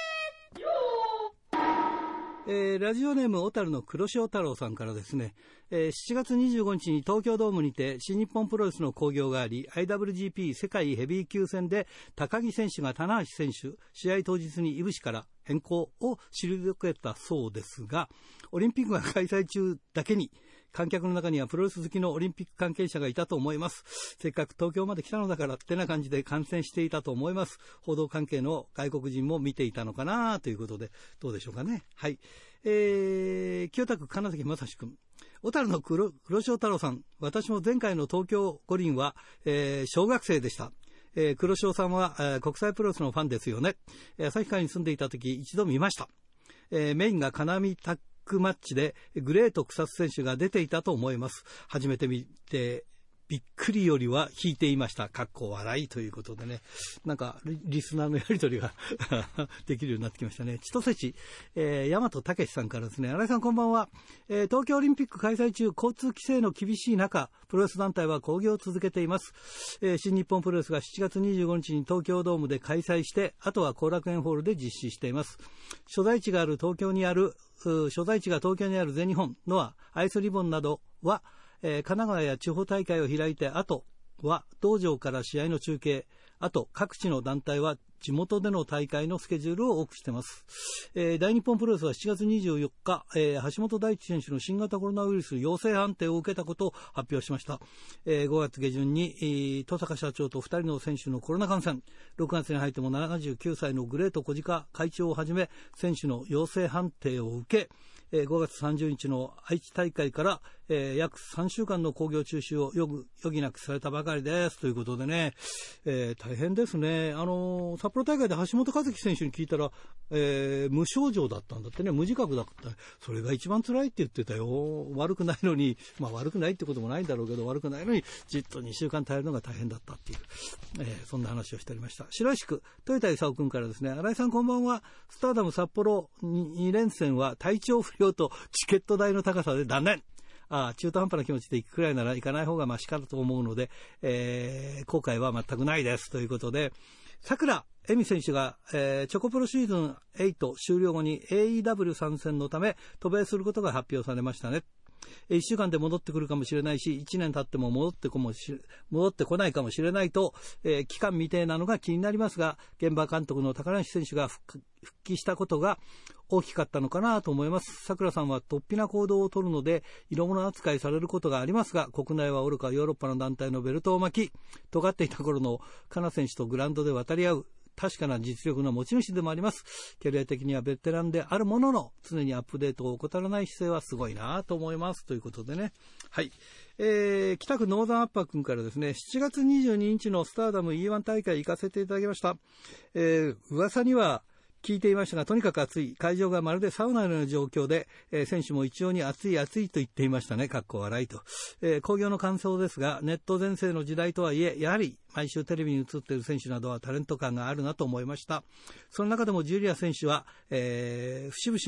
えー、ラジオネーム小樽の黒潮太郎さんからですね、えー、しちがつにじゅうごにちに東京ドームにて新日本プロレスの興行があり アイダブリュージーピー 世界ヘビー級戦で高木選手が棚橋選手試合当日にいぶしから変更を退けたそうですが、オリンピックが開催中だけに観客の中にはプロレス好きのオリンピック関係者がいたと思います。せっかく東京まで来たのだからってな感じで観戦していたと思います。報道関係の外国人も見ていたのかなということで、どうでしょうかね。はい。えー、清田区金崎正史君。小樽の 黒, 黒潮太郎さん。私も前回の東京五輪は、えー、小学生でした。えー、黒潮さんは、えー、国際プロレスのファンですよね。旭川に住んでいた時一度見ました。えー、メインが金網タックマッチでグレート草津選手が出ていたと思います。初めて見てびっくりよりは引いていました。かっこ笑いということでね、なんかリスナーのやり取りができるようになってきましたね。千歳市、えー、大和武さんからですね、新井さんこんばんは、えー、東京オリンピック開催中、交通規制の厳しい中、プロレス団体は興行を続けています。えー、新日本プロレスがしちがつにじゅうごにちに東京ドームで開催して、あとは後楽園ホールで実施しています。所在地がある東京にある所在地が東京にある全日本のはアイスリボンなどは、えー、神奈川や地方大会を開いて、あとは道場から試合の中継、あと各地の団体は地元での大会のスケジュールを多くしています。えー、大日本プロレスはしちがつにじゅうよっか、えー、橋本大地選手の新型コロナウイルス陽性判定を受けたことを発表しました。えー、ごがつげじゅんに、えー、戸坂社長とふたりの選手のコロナ感染、ろくがつに入ってもななじゅうきゅうさいのグレート小鹿会長をはじめ選手の陽性判定を受け、えー、ごがつさんじゅうにちの愛知大会から、えー、約さんしゅうかんの興行中止を余儀余儀なくされたばかりですということでね、えー、大変ですね。あのー、札幌大会で橋本一樹選手に聞いたら、えー、無症状だったんだってね、無自覚だった。それが一番辛いって言ってたよ。悪くないのに、まあ悪くないってこともないんだろうけど、悪くないのにじっとにしゅうかん耐えるのが大変だったっていう、えー、そんな話をしておりました。白石区豊田勲君からですね、新井さんこんばんは。スターダム札幌に連戦は体調不良とチケット代の高さで断念。ああ、中途半端な気持ちで行くくらいなら行かない方がマシかと思うので、えー、後悔は全くないですということで、桜恵美選手が、えー、チョコプロシーズンはち終了後に エーイーダブリュー 参戦のため渡米することが発表されましたね。いっしゅうかんで戻ってくるかもしれないし、いちねん経っても戻ってこもし戻ってこないかもしれないと、えー、期間未定なのが気になりますが、現場監督の高梨選手が復帰したことが大きかったのかなと思います。桜さんは突飛な行動を取るので色物扱いされることがありますが、国内はおろかヨーロッパの団体のベルトを巻き、尖っていた頃のカナ選手とグラウンドで渡り合う確かな実力の持ち主でもあります。キャリア的にはベテランであるものの、常にアップデートを怠らない姿勢はすごいなと思いますということでね。はい、えー、北区ノーザンアッパー君からですね、しちがつにじゅうににちのスターダム イーワン 大会行かせていただきました。えー、噂には聞いていましたが、とにかく暑い。会場がまるでサウナのような状況で、えー、選手も一様に暑い暑いと言っていましたね。かっこ笑いと。えー、興行の感想ですが、ネット全盛の時代とはいえ、やはり毎週テレビに映っている選手などはタレント感があるなと思いました。その中でもジュリア選手は、えー、節々の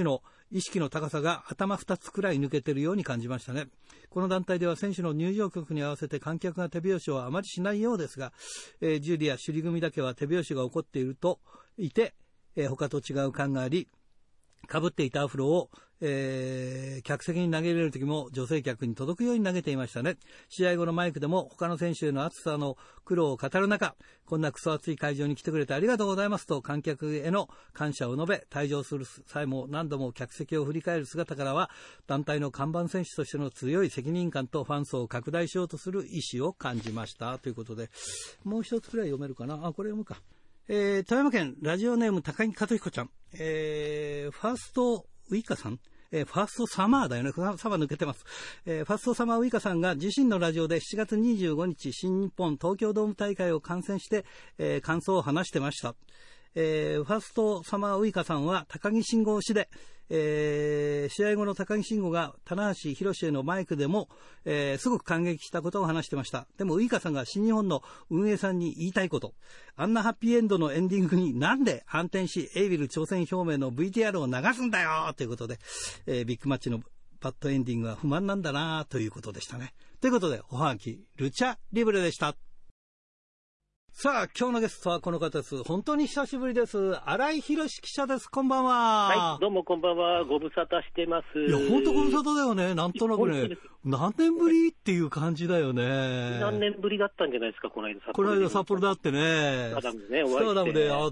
意識の高さが頭二つくらい抜けてるように感じましたね。この団体では選手の入場曲に合わせて観客が手拍子をあまりしないようですが、えー、ジュリア首里組だけは手拍子が起こっているといて、えー、他と違う感があり、被っていたアフロを、えー、客席に投げ入れる時も女性客に届くように投げていましたね。試合後のマイクでも他の選手への熱さの苦労を語る中、こんなクソ熱い会場に来てくれてありがとうございますと観客への感謝を述べ、退場する際も何度も客席を振り返る姿からは、団体の看板選手としての強い責任感とファン層を拡大しようとする意思を感じましたということで、もう一つくらい読めるかな。あ、これ読むか。えー、富山県ラジオネーム高木和彦ちゃん、えー、ファーストウイカさん、えー、ファーストサマーだよね。サマー抜けてます。えー、ファーストサマーウイカさんが自身のラジオでしちがつにじゅうごにち新日本東京ドーム大会を観戦して、えー、感想を話してました。えー、ファーストサマーウイカさんは高木慎吾推しで、えー、試合後の高木慎吾が棚橋宏へのマイクでも、えー、すごく感激したことを話してました。でもウイカさんが新日本の運営さんに言いたいこと、あんなハッピーエンドのエンディングになんで反転しエイビル挑戦表明の ブイティーアール を流すんだよということで、えー、ビッグマッチのバッドエンディングは不満なんだなということでしたね。ということでおはがきルチャリブレでした。さあ、今日のゲストはこの方です。本当に久しぶりです。新井博記者です。こんばんは。 はい、どうもこんばんは。ご無沙汰してます。 いや、本当ご無沙汰だよね。なんとなくね、何年ぶりっていう感じだよね。 何年ぶりだったんじゃないですか、この間札幌で。この間札幌で会ってね。 スタダムでね、お会いして。 スタダムで会って、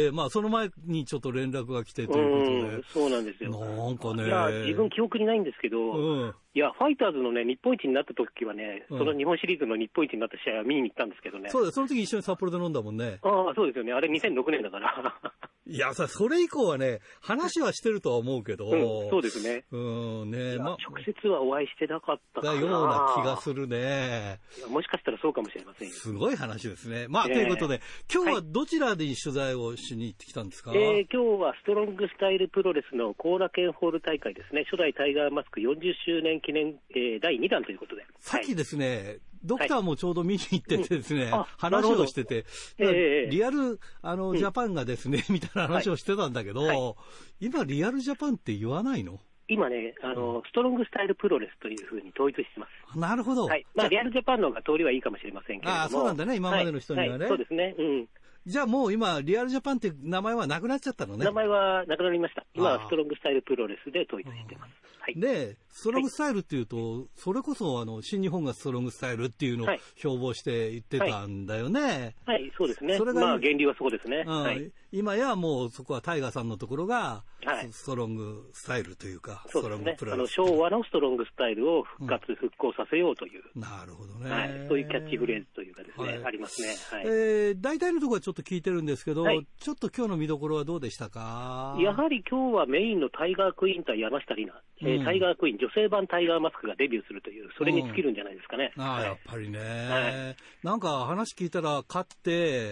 まあ、その前にちょっと連絡が来てということで。 うん、そうなんですよ。 なんかね。 いや、自分記憶にないんですけど、うん、いや、ファイターズのね、日本一になった時はね、その日本シリーズの日本一になった試合は見に行ったんですけどね。 そうだ、その時一緒に札幌で飲んだもんね。 ああ、そうですよね。あれにせんろくねんだから。 いやさ、それ以降はね、話はしてるとは思うけど。 うん、そうですね。 うん、ね、 ま、直接はお会いしてなかったかな。 だような気がするね。 いや、もしかしたらそうかもしれませんよ。 すごい話ですね。まあ、えー、ということで、今日はどちらで取材をしに行ってきたんですか？ えー、今日はストロングスタイルプロレスの後楽園ホール大会ですね。初代タイガーマスクよんじゅっしゅうねん記念、えー、だいにだんということで。 さっきですね、はい、ドクターもちょうど見に行っててですね、はい、うん、話をしてて、 えー、 リアルあの、うん、ジャパンがですね、みたいな話をしてたんだけど、はいはい、今リアルジャパンって言わないの？ 今ね、あの、ストロングスタイルプロレスというふうに統一してます。 なるほど。 はい。まあ、リアルジャパンの方が通りはいいかもしれませんけれども。 ああ、そうなんだね、今までの人にはね。はいはい、そうですね。うん。 じゃあもう今、リアルジャパンって名前はなくなっちゃったのね。 名前はなくなりました。今はストロングスタイルプロレスで統一してます。はい、 で、ストロングスタイルっていうと、はい、それこそあの新日本がストロングスタイルっていうのを標榜して言ってたんだよね。はい、 はいはい、そうですね。それが、まあ、原理はそこですね。 うん、はい、今やもうそこはタイガーさんのところが、はい、ストロングスタイルというか、 そうですね。あの昭和のストロングスタイルを復活、うん、復興させようという。 なるほどね、 はい。そういうキャッチフレーズというかですね、はい、ありますね。はい、 えー、大体のところはちょっと聞いてるんですけど、はい、ちょっと今日の見どころはどうでしたか？ やはり今日はメインのタイガークイーン対山下里奈、うん、えー、タイガークイーン、女性版タイガーマスクがデビューするという、それに尽きるんじゃないですかね。 うん、ああ、 はい、 やっぱりね、はい、なんか話聞いたら勝って、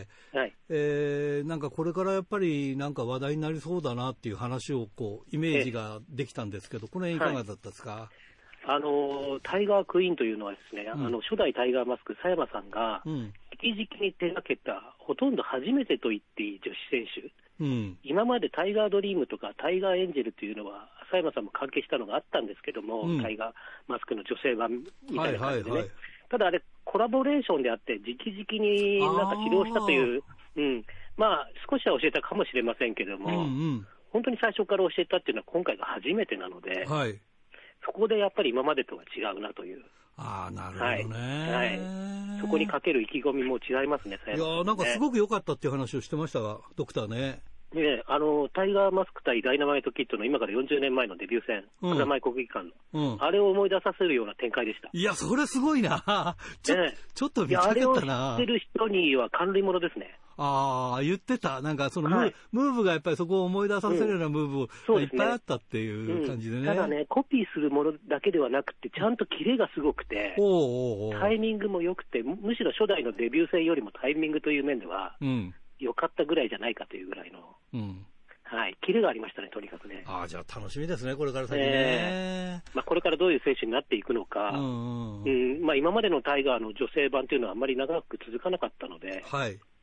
はい、えー、なんかこれからやっぱりなんか話題になりそうだなっていう話をこうイメージができたんですけど、この辺いかがだったですか？はい、 あのタイガークイーンというのはですね、うん、あの初代タイガーマスク佐山さんが、うん、直々に手がけたほとんど初めてと言っていい女子選手、うん、今までタイガードリームとかタイガーエンジェルというのは佐山さんも関係したのがあったんですけども、うん、タイガーマスクの女性版みたいな感じでね、はいはいはい、ただあれコラボレーションであって直々になんか指導したという、うん、まあ少しは教えたかもしれませんけども、うんうん、本当に最初から教えたっていうのは今回が初めてなので、はい、そこでやっぱり今までとは違うなという。 ああ、なるほどね、 はいはい、そこにかける意気込みも違いますね。 いや、なんかすごく良かったっていう話をしてましたが、ドクターね。 ね、あのタイガーマスク対ダイナマイトキッドの今からよんじゅうねんまえのデビュー戦、うん、名前国技館の、うん、あれを思い出させるような展開でした。 いや、それすごいな。ちょ、ね、ちょっと見かけたな。 あれを知ってる人には感類物ですね。 ああ、言ってた。なんかそのムー、はい、ムーブがやっぱりそこを思い出させるようなムーブがいっぱいあったっていう感じでね。うん、 ただね、コピーするものだけではなくて、ちゃんとキレがすごくて、おうおうおう、タイミングも良くて、むしろ初代のデビュー戦よりもタイミングという面では、良、うん、かったぐらいじゃないかというぐらいの。うん、はい、キレがありましたね、とにかくね。 ああ、じゃあ楽しみですね、これから先ね。 えーまあ、これからどういう選手になっていくのか、うんうんうん、まあ、今までのタイガーの女性版というのはあんまり長く続かなかったので、はい、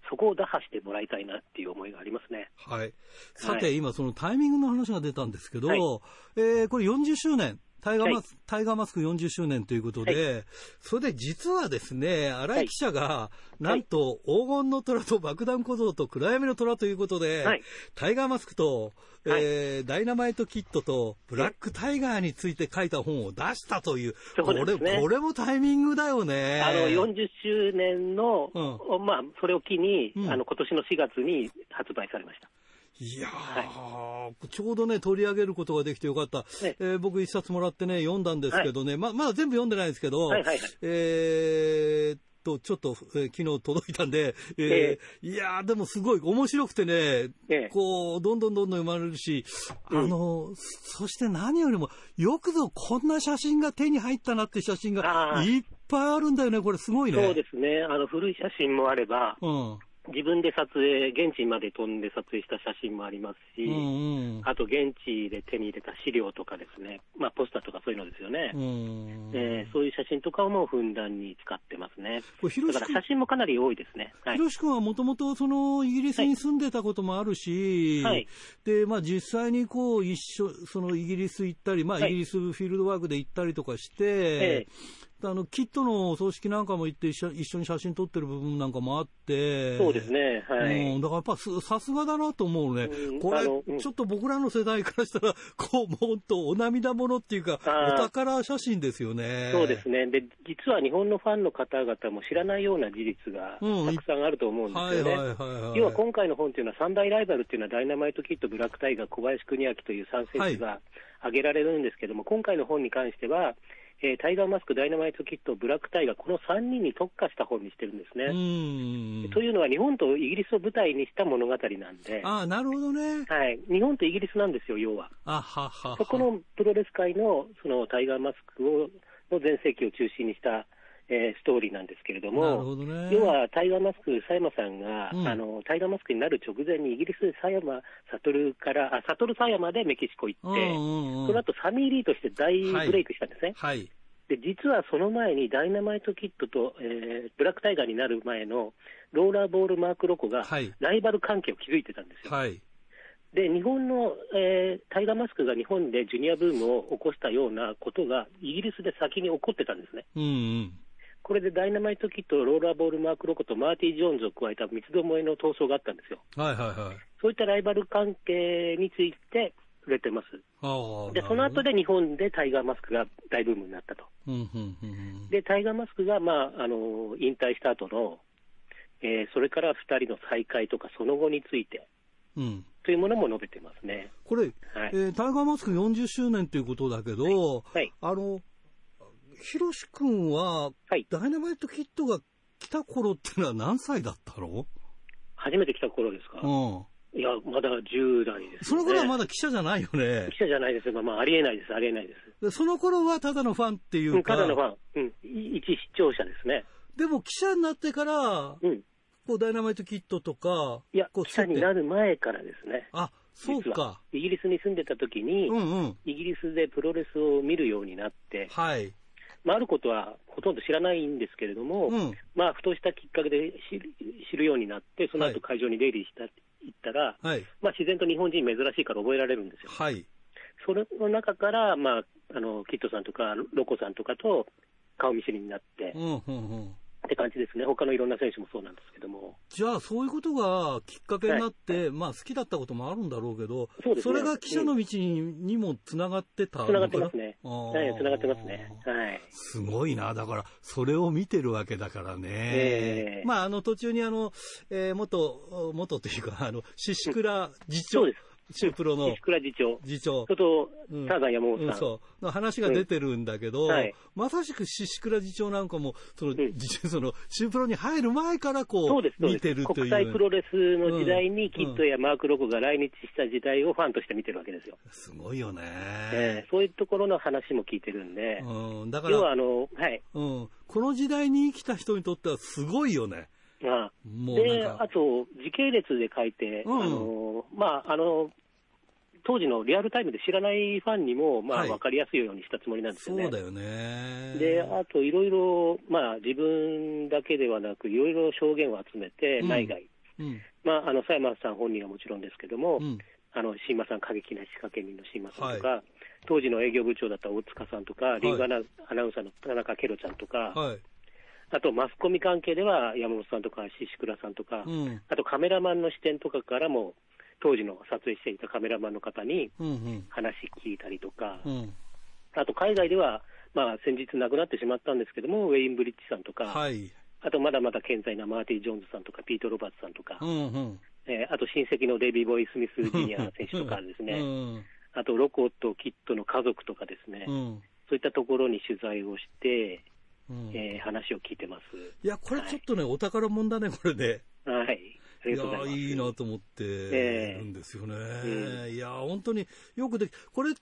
そこを打破してもらいたいなっていう思いがありますね。 はい。さて、はい、今そのタイミングの話が出たんですけど、はい、えー、これよんじゅっしゅうねん。タイガーマスク、はい、タイガーマスクよんじゅっしゅうねんということで、はい、それで実はですね、荒井記者が、はい、なんと黄金の虎と爆弾小僧と暗闇の虎ということで、はい、タイガーマスクと、はい、えー、ダイナマイトキットとブラックタイガーについて書いた本を出したという、これ、ね、これもタイミングだよね。 あのよんじゅっしゅうねんの、うん、まあ、それを機に、うん、あの今年のしがつに発売されました。 いやー、はい、ちょうどね、取り上げることができてよかった。ね、えー、僕一冊もらってね、読んだんですけどね、はい、ま、まだ全部読んでないんですけど、はいはいはい、えーっと、ちょっと、えー、昨日届いたんで、えーえー、いやー、でもすごい面白くてね、えー、こう、どんどんどんどん読まれるし、あの、うん、そして何よりも、よくぞこんな写真が手に入ったなって写真がいっぱいあるんだよね、これすごいね。 そうですね、あの、古い写真もあれば、うん、自分で撮影、現地まで飛んで撮影した写真もありますし、うんうん、あと現地で手に入れた資料とかですね、まあポスターとかそういうのですよね。うん、えー、そういう写真とかもふんだんに使ってますね。これだから写真もかなり多いですね。 ひろし君はもともとそのイギリスに住んでたこともあるし、はい、で、まあ実際にこう一緒、そのイギリス行ったり、まあイギリスフィールドワークで行ったりとかして、はいあのキットのお葬式なんかも行って一緒に写真撮ってる部分なんかもあって、 そうですね、はい、 うん、だからやっぱさすがだなと思うね、うん、これ、うん、ちょっと僕らの世代からしたら、こう、もっとお涙ものっていうか、お宝写真ですよね。 そうですね、で実は日本のファンの方々も知らないような事実がたくさんあると思うんですよね。要は今回の本というのは、三大ライバルっていうのは、ダイナマイトキット、ブラックタイガー、小林邦明というさん選手が挙げられるんですけども、はい、今回の本に関しては、えー、タイガーマスク、ダイナマイトキット、ブラックタイガー、このさんにんに特化した本にしてるんですね。うんというのは、日本とイギリスを舞台にした物語なんで、 あなるほどね、 はい、日本とイギリスなんですよ、要は。あはははそこのプロレス界 の, そのタイガーマスクをの全盛期を中心にした、えー、ストーリーなんですけれども、なるほどね、要はタイガーマスク、佐山さんが、うん、あのタイガーマスクになる直前にイギリスで佐山悟からあ悟佐山でメキシコ行って、うんうんうん、その後サミー・リーとして大ブレイクしたんですね。はいはいで実はその前にダイナマイトキットと、えー、ブラックタイガーになる前のローラーボールマークロコがライバル関係を築いてたんですよ。はい、で日本の、えー、タイガーマスクが日本でジュニアブームを起こしたようなことがイギリスで先に起こってたんですね。うんうん、これでダイナマイトキット、ローラーボールマークロコとマーティ・ジョーンズを加えた三つどもえの闘争があったんですよ。はいはいはい、そういったライバル関係について触れてます。でその後で日本でタイガーマスクが大ブームになったと。うんうんうん、でタイガーマスクが、まあ、あの引退した後の、えー、それからふたりの再会とかその後について、うん、というものも述べてますね。 これ、はいえー、タイガーマスクよんじゅっしゅうねんということだけど、はいはい、あのひろし君は、はい、ダイナマイトキットが来た頃っていうのは何歳だったの？ 初めて来た頃ですか？うんいや、まだじゅう代です、ね。 その頃はまだ記者じゃないよね。 記者じゃないですが、まあ、ありえないです、ありえないです。 でその頃はただのファンっていうか。 うん、ただのファン。うん。一視聴者ですね。 でも記者になってから、うん。こう、ダイナマイトキットとか。 いや、記者になる前からですね。 あ、そうか。 イギリスに住んでた時に、うんうん、イギリスでプロレスを見るようになって、はい。まあ、あることはほとんど知らないんですけれども、うん、まあ、ふとしたきっかけで知る、知るようになって、その後会場に出入りした。はい行ったら、はいまあ、自然と日本人珍しいから覚えられるんですよ。はい、それの中から、まあ、あのキッドさんとかロコさんとかと顔見知りになって、うんうんうん、って感じですね。他のいろんな選手もそうなんですけども。 じゃあそういうことがきっかけになって、はいまあ、好きだったこともあるんだろうけど そ,、ね、それが記者の道に、うん、にもつながってたのかな。 つながってますね。はい、つながってますね。はい。 すごいな。だからそれを見てるわけだからね。えー、まああの途中にあの、えー、元元というかあの宍倉次長、うん、そうです。シュープロの宍倉次長、 次長、 それと、ターザン山本さん、うん、 そうの話が出てるんだけど、うんはい、まさしく宍倉次長なんかも、その、うん、そのシュープロに入る前からこう、そうです見てるという。 国際プロレスの時代に、キッドやマーク・ロコが来日した時代をファンとして見てるわけですよ。 すごいよね、 えー。そういうところの話も聞いてるんで、うん、だから要はあの、はい、 うん、この時代に生きた人にとってはすごいよね。 ああもうで、あと、時系列で書いて、うん、あの、まあ、あの、当時のリアルタイムで知らないファンにも、まあ、分かりやすいようにしたつもりなんですよね。 そうだよね。 で、あと、いろいろ、まあ、自分だけではなく、いろいろ証言を集めて、うん、内外、 うん、まあ、あの佐山さん本人はもちろんですけども、うん、あの新間さん、過激な仕掛け人の新間さんとか、はい、当時の営業部長だった大塚さんとか、はい、リングアナウンサーの田中ケロちゃんとか、はい、あとマスコミ関係では山本さんとか宍倉さんとか、うん、あとカメラマンの視点とかからも、当時の撮影していたカメラマンの方に話聞いたりとか、うんうん、あと海外では、まあ、先日亡くなってしまったんですけども、ウェイン・ブリッジさんとか、はい、あとまだまだ健在なマーティ・ジョーンズさんとか、ピート・ロバーツさんとか、うんうんえー、あと親戚のデビー・ボーイ・スミス・ジュニア選手とかですね、うん、あとロコとキッドの家族とかですね、うん、そういったところに取材をして、うんえー、話を聞いてます。 いや、これちょっとね、はい、お宝もんだね、これで。 はい。 いやいいなと思ってるんですよね、えー、いや本当によくでこれって、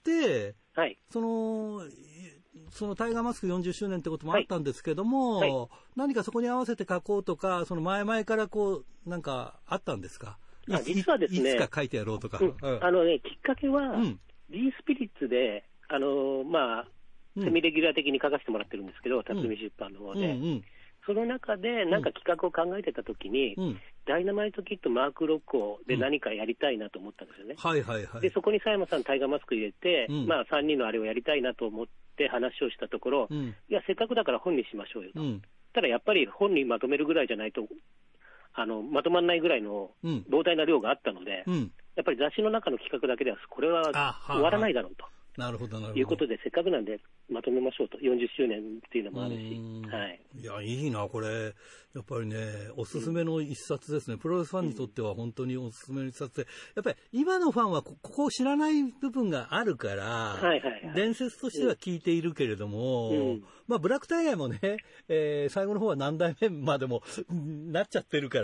はい、そのそのタイガーマスクよんじゅっしゅうねんってこともあったんですけども、はいはい、何かそこに合わせて書こうとか、その前々からこうなんかあったんですか？ あ実はですね、 いつか書いてやろうとか、 うんうん、あのね、きっかけは、うん、D スピリッツであのまあセミレギュラー的に書かせてもらってるんですけど、辰巳出版の方で。うんうんうんその中でなんか企画を考えてたときに、うん、ダイナマイトキッドマークロッコで何かやりたいなと思ったんですよね。 うんはいはいはい、 でそこに佐山さんタイガーマスク入れて、うん、まあさんにんのあれをやりたいなと思って話をしたところ、うん、いやせっかくだから本にしましょうよと、うん、ただやっぱり本にまとめるぐらいじゃないとあのまとまらないぐらいの膨大な量があったので、うん、やっぱり雑誌の中の企画だけではこれは終わらないだろうと。 なるほどなるほど。 いうことでせっかくなんでまとめましょうと、よんじゅっしゅうねんっていうのもあるし、はい、 いやいいなこれやっぱりねおすすめの一冊ですね、うん、プロレスファンにとっては本当におすすめの一冊で、やっぱり今のファンはここを知らない部分があるから、はいはいはい、伝説としては聞いているけれども、うん、まあブラックタイガーもね、えー、最後の方は何代目までもなっちゃってるから、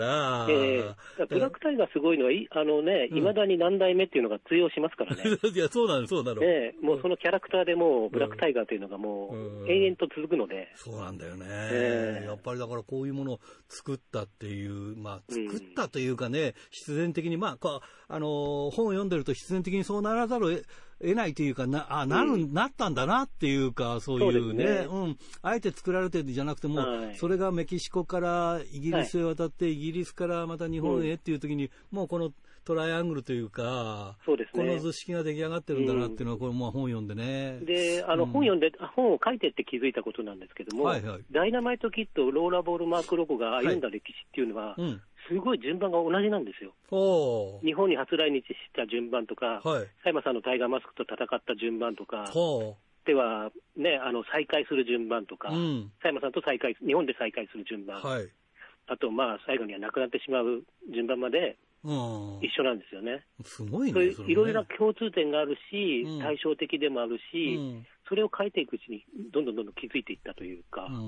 えー、ブラックタイガーすごいのはあのね、いまだに何代目っていうのが通用しますからね。 いやそうなのそうなの、 ね、もうそのキャラクターでもうブラックタイガーというのがもう永遠と続くので、 うんうん、そうなんだよね、えー、やっぱりだからこういうものを作ったっていう、まあ作ったというかね、うん、必然的にまあこうあのー、本を読んでると必然的にそうならざるを得ないというかなあなる、うん、なったんだなっていうかそういうね、うねうん、あえて作られてるんじゃなくても、はい、それがメキシコからイギリスへ渡って、はい、イギリスからまた日本へっていう時に、うん、もうこのトライアングルというか、そうですね、この図式が出来上がってるんだなっていうのは、これも本読んでね。 で、あの、うん、本読んで、本を書いてって気づいたことなんですけども、はいはい、ダイナマイトキッド、ローラボールマークロコが歩んだ歴史っていうのは、はいうん、すごい順番が同じなんですよ。日本に初来日した順番とか、はい、佐山さんのタイガーマスクと戦った順番とか、では、ね、あの再会する順番とか、うん、佐山さんと再会、日本で再会する順番、はい、あと、まあ、最後には亡くなってしまう順番まで、うん、一緒なんですよね。 すごいね。 そういういろいろな共通点があるし、うん、対照的でもあるし、うん、それを書いていくうちにどんどんどんどん気づいていったというか、うん、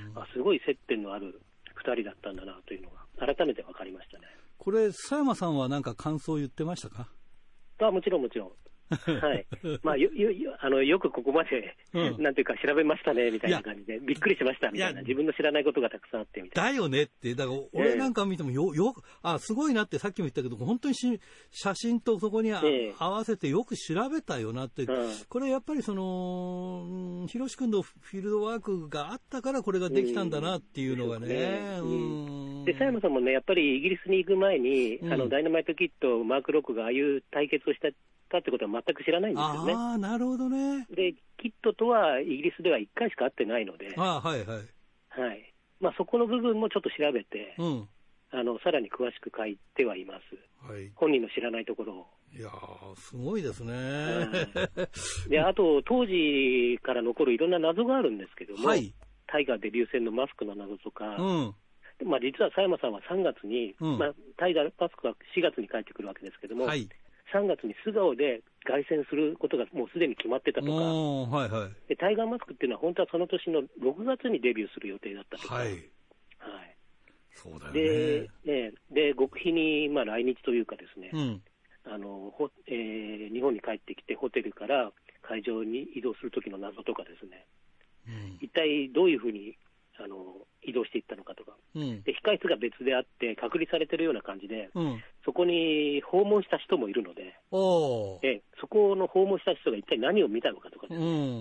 あすごい接点のあるふたりだったんだなというのが改めて分かりましたね。 これ佐山さんは何か感想を言ってましたか？ あもちろんもちろん。はい。まあ、よ、よ、あの、よくここまで、うん、なんていうか調べましたね、みたいな感じで、びっくりしました、みたいな。自分の知らないことがたくさんあって、みたいな。 だよねって、だから、俺なんか見てもよ、よ、あ、すごいなってさっきも言ったけど、本当にし写真とそこにあ、えー、合わせてよく調べたよなって、うん、これやっぱりその、ひろし君のフィールドワークがあったからこれができたんだなっていうのがね。 うん。で、佐山さんもね、やっぱりイギリスに行く前に、うん、あの、ダイナマイトキッド、マークロックがああいう対決をした、かってことは全く知らないんですよね。 ああ、なるほどね。 で、キッドとはイギリスではいっかいしか会ってないので、 あはいはい。 はい。まあそこの部分もちょっと調べて、うん、あのさらに詳しく書いてはいます。はい。本人の知らないところを。 いやー、すごいですね。 で、あと当時から残るいろんな謎があるんですけども、はい、タイガーデビュー戦のマスクの謎とか。うんまあ、実は佐山さんはさんがつに、うんまあ、タイガーマスクはしがつに帰ってくるわけですけども、はい、さんがつに素顔で凱旋することがもうすでに決まってたとか、はいはい、でタイガーマスクっていうのは本当はその年のろくがつにデビューする予定だったとか、はいはい、 そうだよね。 で、ね、で極秘にまあ来日というかですね、うん、あのほえー、日本に帰ってきてホテルから会場に移動する時の謎とかですね、うん、一体どういうふうにあの移動していったのかとか、うん、で控室が別であって隔離されてるような感じで、うん、そこに訪問した人もいるので、おえそこの訪問した人が一体何を見たのかとかですね、うん、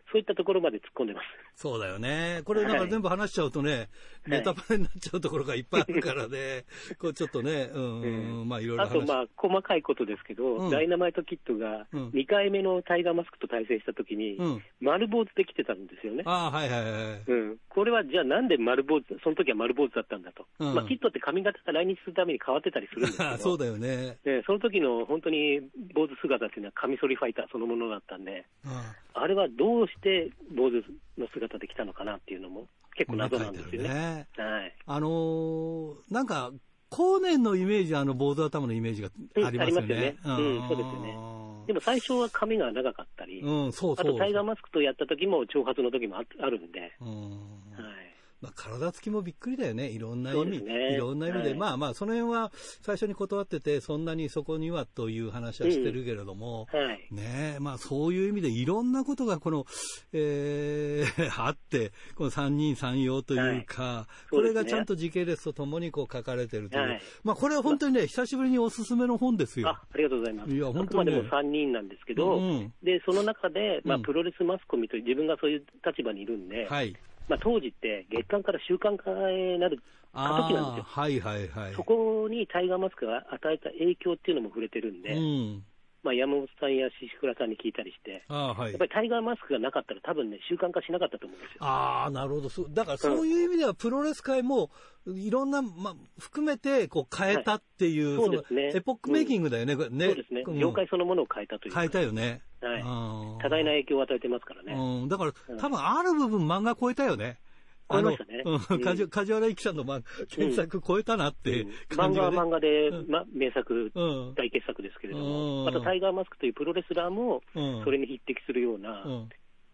そういったところまで突っ込んでます。 そうだよね。これなんか全部話しちゃうとね、はい、ネタバレになっちゃうところがいっぱいあるからね、こうちょっとね、うん、うん、まあいろいろ話。 あとまあ細かいことですけど、うん、ダイナマイトキッドがにかいめのタイガーマスクと対戦したときに、うん、丸坊主で来てたんですよね。 ああ、はいはいはい。 うん。これはじゃあなんで丸坊主、その時は丸坊主だったんだと。うん、まあキッドって髪型が来日するために変わってたりするんですけど。 そうだよね。 で、その時の本当に坊主姿っていうのはカミソリファイターそのものだったんで、うん、あれはどうして坊主の姿で来たのかなっていうのも結構謎なんですよね。ね、はい。 あのー、なんか後年のイメージはあの坊主頭のイメージがありますよね。うん、ありますよね。 うん、そうですよね。でも最初は髪が長かったり、うん、そうそうそう、あとタイガーマスクとやった時も長髪の時も あ, あるんで、うん、はい。 まあ、体つきもびっくりだよね、いろんな意味、ね、いろんな意味で、はい、まあまあ、その辺は最初に断ってて、そんなにそこにはという話はしてるけれども、うん、はい、ね、まあ、そういう意味でいろんなことがこの、えー、あって、この三人三様というか、はい、これがちゃんと時系列とともにこう書かれてるという、はい、まあ、これは本当にね、久しぶりにおすすめの本ですよ。 あ、ありがとうございます。 いや、本当に、ね、 あくまでもさんにんなんですけど、うん、で、その中で、まあ、プロレスマスコミという自分がそういう立場にいるんで、はい、まあ、当時って月間から週間化になる過渡期なんですよ。 はいはいはい。 そこにタイガーマスクが与えた影響っていうのも触れてるんで、うん、まあ、山本さんや宍倉さんに聞いたりして、あ、はい、やっぱりタイガーマスクがなかったら多分ね、習慣化しなかったと思うんですよ。 ああ、なるほど。だからそういう意味ではプロレス界もいろんな、まあ、含めてこう変えたっていう、はい、そうですね、エポックメイキングだよね。うん、ね、 そうですね、うん。業界そのものを変えたというか。 変えたよね。 はい。多大な影響を与えてますからね。 うん、だから、多分ある部分漫画超えたよね。 超えましたね。 うん、梶原一騎さんの、まあ、原作超えたなって感じが、ね、うん、漫画は漫画で、ま、名作、うん、大傑作ですけれども、うん、またタイガーマスクというプロレスラーも、それに匹敵するような、うん、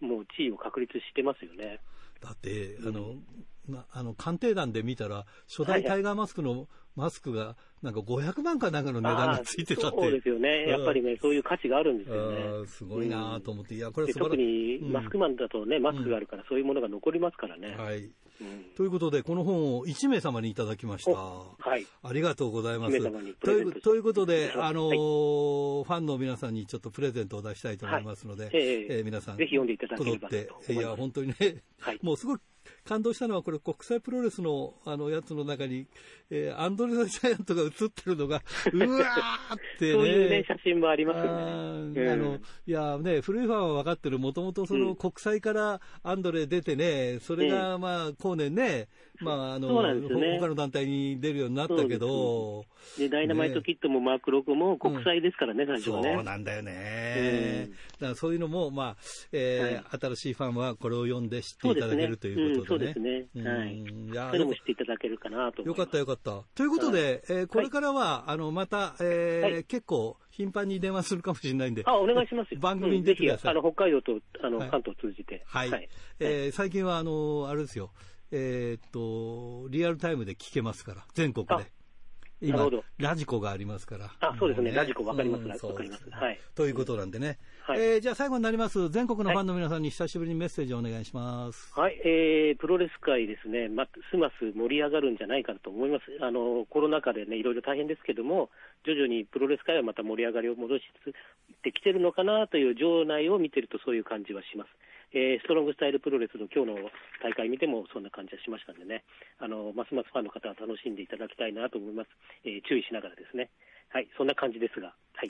もう地位を確立してますよね。 だって、あの、ま、あの鑑定団で見たら、初代タイガーマスクのマスクが、なんかごひゃくまんかなんかの値段がついてたって。 そうですよね。やっぱりね、そういう価値があるんですよね。 すごいなと思って。いや、これ素晴らしい。特にマスクマンだとね、うん、マスクがあるから、そういうものが残りますからね。はい。うん、 ということで、この本をいちめいさまにいただきました。はい。ありがとうございます。という、ということで、あのーはい、ファンの皆さんにちょっとプレゼントを出したいと思いますので、はい、えー、えー、皆さん、 ぜひ読んでいただければと思います。 いや、本当にね、はい、もうすごい、感動したのは、これ、国際プロレスのあのやつの中に、えー、アンドレ・ザ・ジャイアントが写ってるのが、うわーってね。 そういうね、写真もありますよね。 あ、あの、いやね、古いファンは分かってる、もともとその国際からアンドレ出てね、それが、まあ、後年ね、まあ、あの、ね、他の団体に出るようになったけど、 で、ダイナマイトキッドもマークロゴも国際ですからね、最初はね。 そうなんだよね。だからそういうのも、まあ、えー、新しいファンはこれを読んで知っていただけるということでね。 そうですね。はい。いや、それも知っていただけるかなと思います。 よかったよかった。ということで、えー、これからは、あの、また、えー、結構、頻繁に電話するかもしれないんで。 あ、お願いしますよ。 番組に出てください。 あの、北海道と、あの、関東を通じて。 はい。はい。えー、最近は、あの、あれですよ。えー、っと、リアルタイムで聞けますから、全国で。今、ラジコがありますから。 あ、そうですね。ラジコわかります。わかります。はい。 ということなんでね。はい。えー、じゃあ最後になります。全国のファンの皆さんに久しぶりにメッセージをお願いします。 はい。えー、プロレス界ですね、ますます盛り上がるんじゃないかと思います。あの、コロナ禍でね、いろいろ大変ですけども、徐々にプロレス界はまた盛り上がりを戻してきてるのかなという場内を見てるとそういう感じはします。えー、ストロングスタイルプロレスの今日の大会見てもそんな感じはしましたんでね、あのますますファンの方は楽しんでいただきたいなと思います。えー、注意しながらですね。はい、そんな感じですが、はい。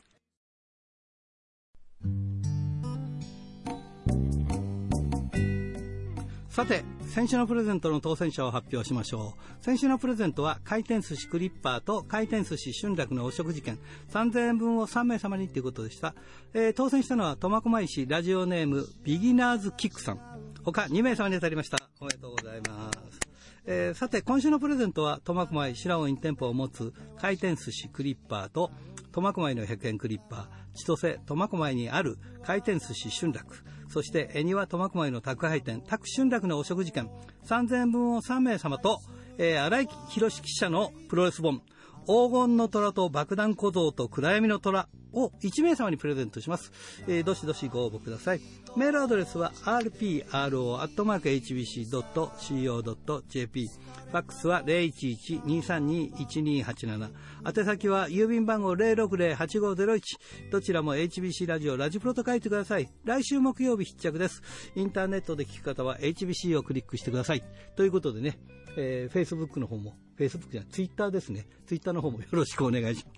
さて、先週のプレゼントの当選者を発表しましょう。先週のプレゼントは回転寿司クリッパーと回転寿司春楽のお食事券さんぜんえんぶんをさんめいさまにということでした。えー、当選したのは苫小牧市ラジオネームビギナーズキックさん。他にめいさまに当たりました。おめでとうございます。えー、さて、今週のプレゼントは苫小牧白尾に店舗を持つ回転寿司クリッパーと苫小牧のひゃくえんクリッパー、千歳苫小牧にある回転寿司春楽、そして恵庭苫小牧の宅配店宅春楽のお食事券さんぜんえんぶんをさんめいさまと、えー、荒井宏記者のプロレス本黄金の虎と爆弾小僧と暗闇の虎をいちめいさまにプレゼントします。えー、どしどしご応募ください。 メールアドレスは アールピーアールオー アットマーク エイチビーシー ドット シーオー ドット ジェーピー、 ファックスは ゼロいちいち にさんに いちにはちなな、宛先は郵便番号 ゼロろくゼロ はちごゼロいち、どちらも エイチビーシー ラジオラジプロと書いてください。来週木曜日必着です。インターネットで聞く方は エイチビーシー をクリックしてください。ということでね、えー、Facebook の方も、Facebook じゃない、Twitter ですね。Twitter の方もよろしくお願いします。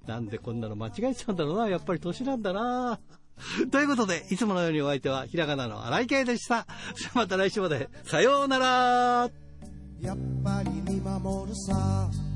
なんでこんなの間違えちゃうんだろうな。やっぱり年なんだな。ということで、いつものようにお相手はひらがなの荒井圭でした。また来週まで。さようなら。 やっぱり見守るさ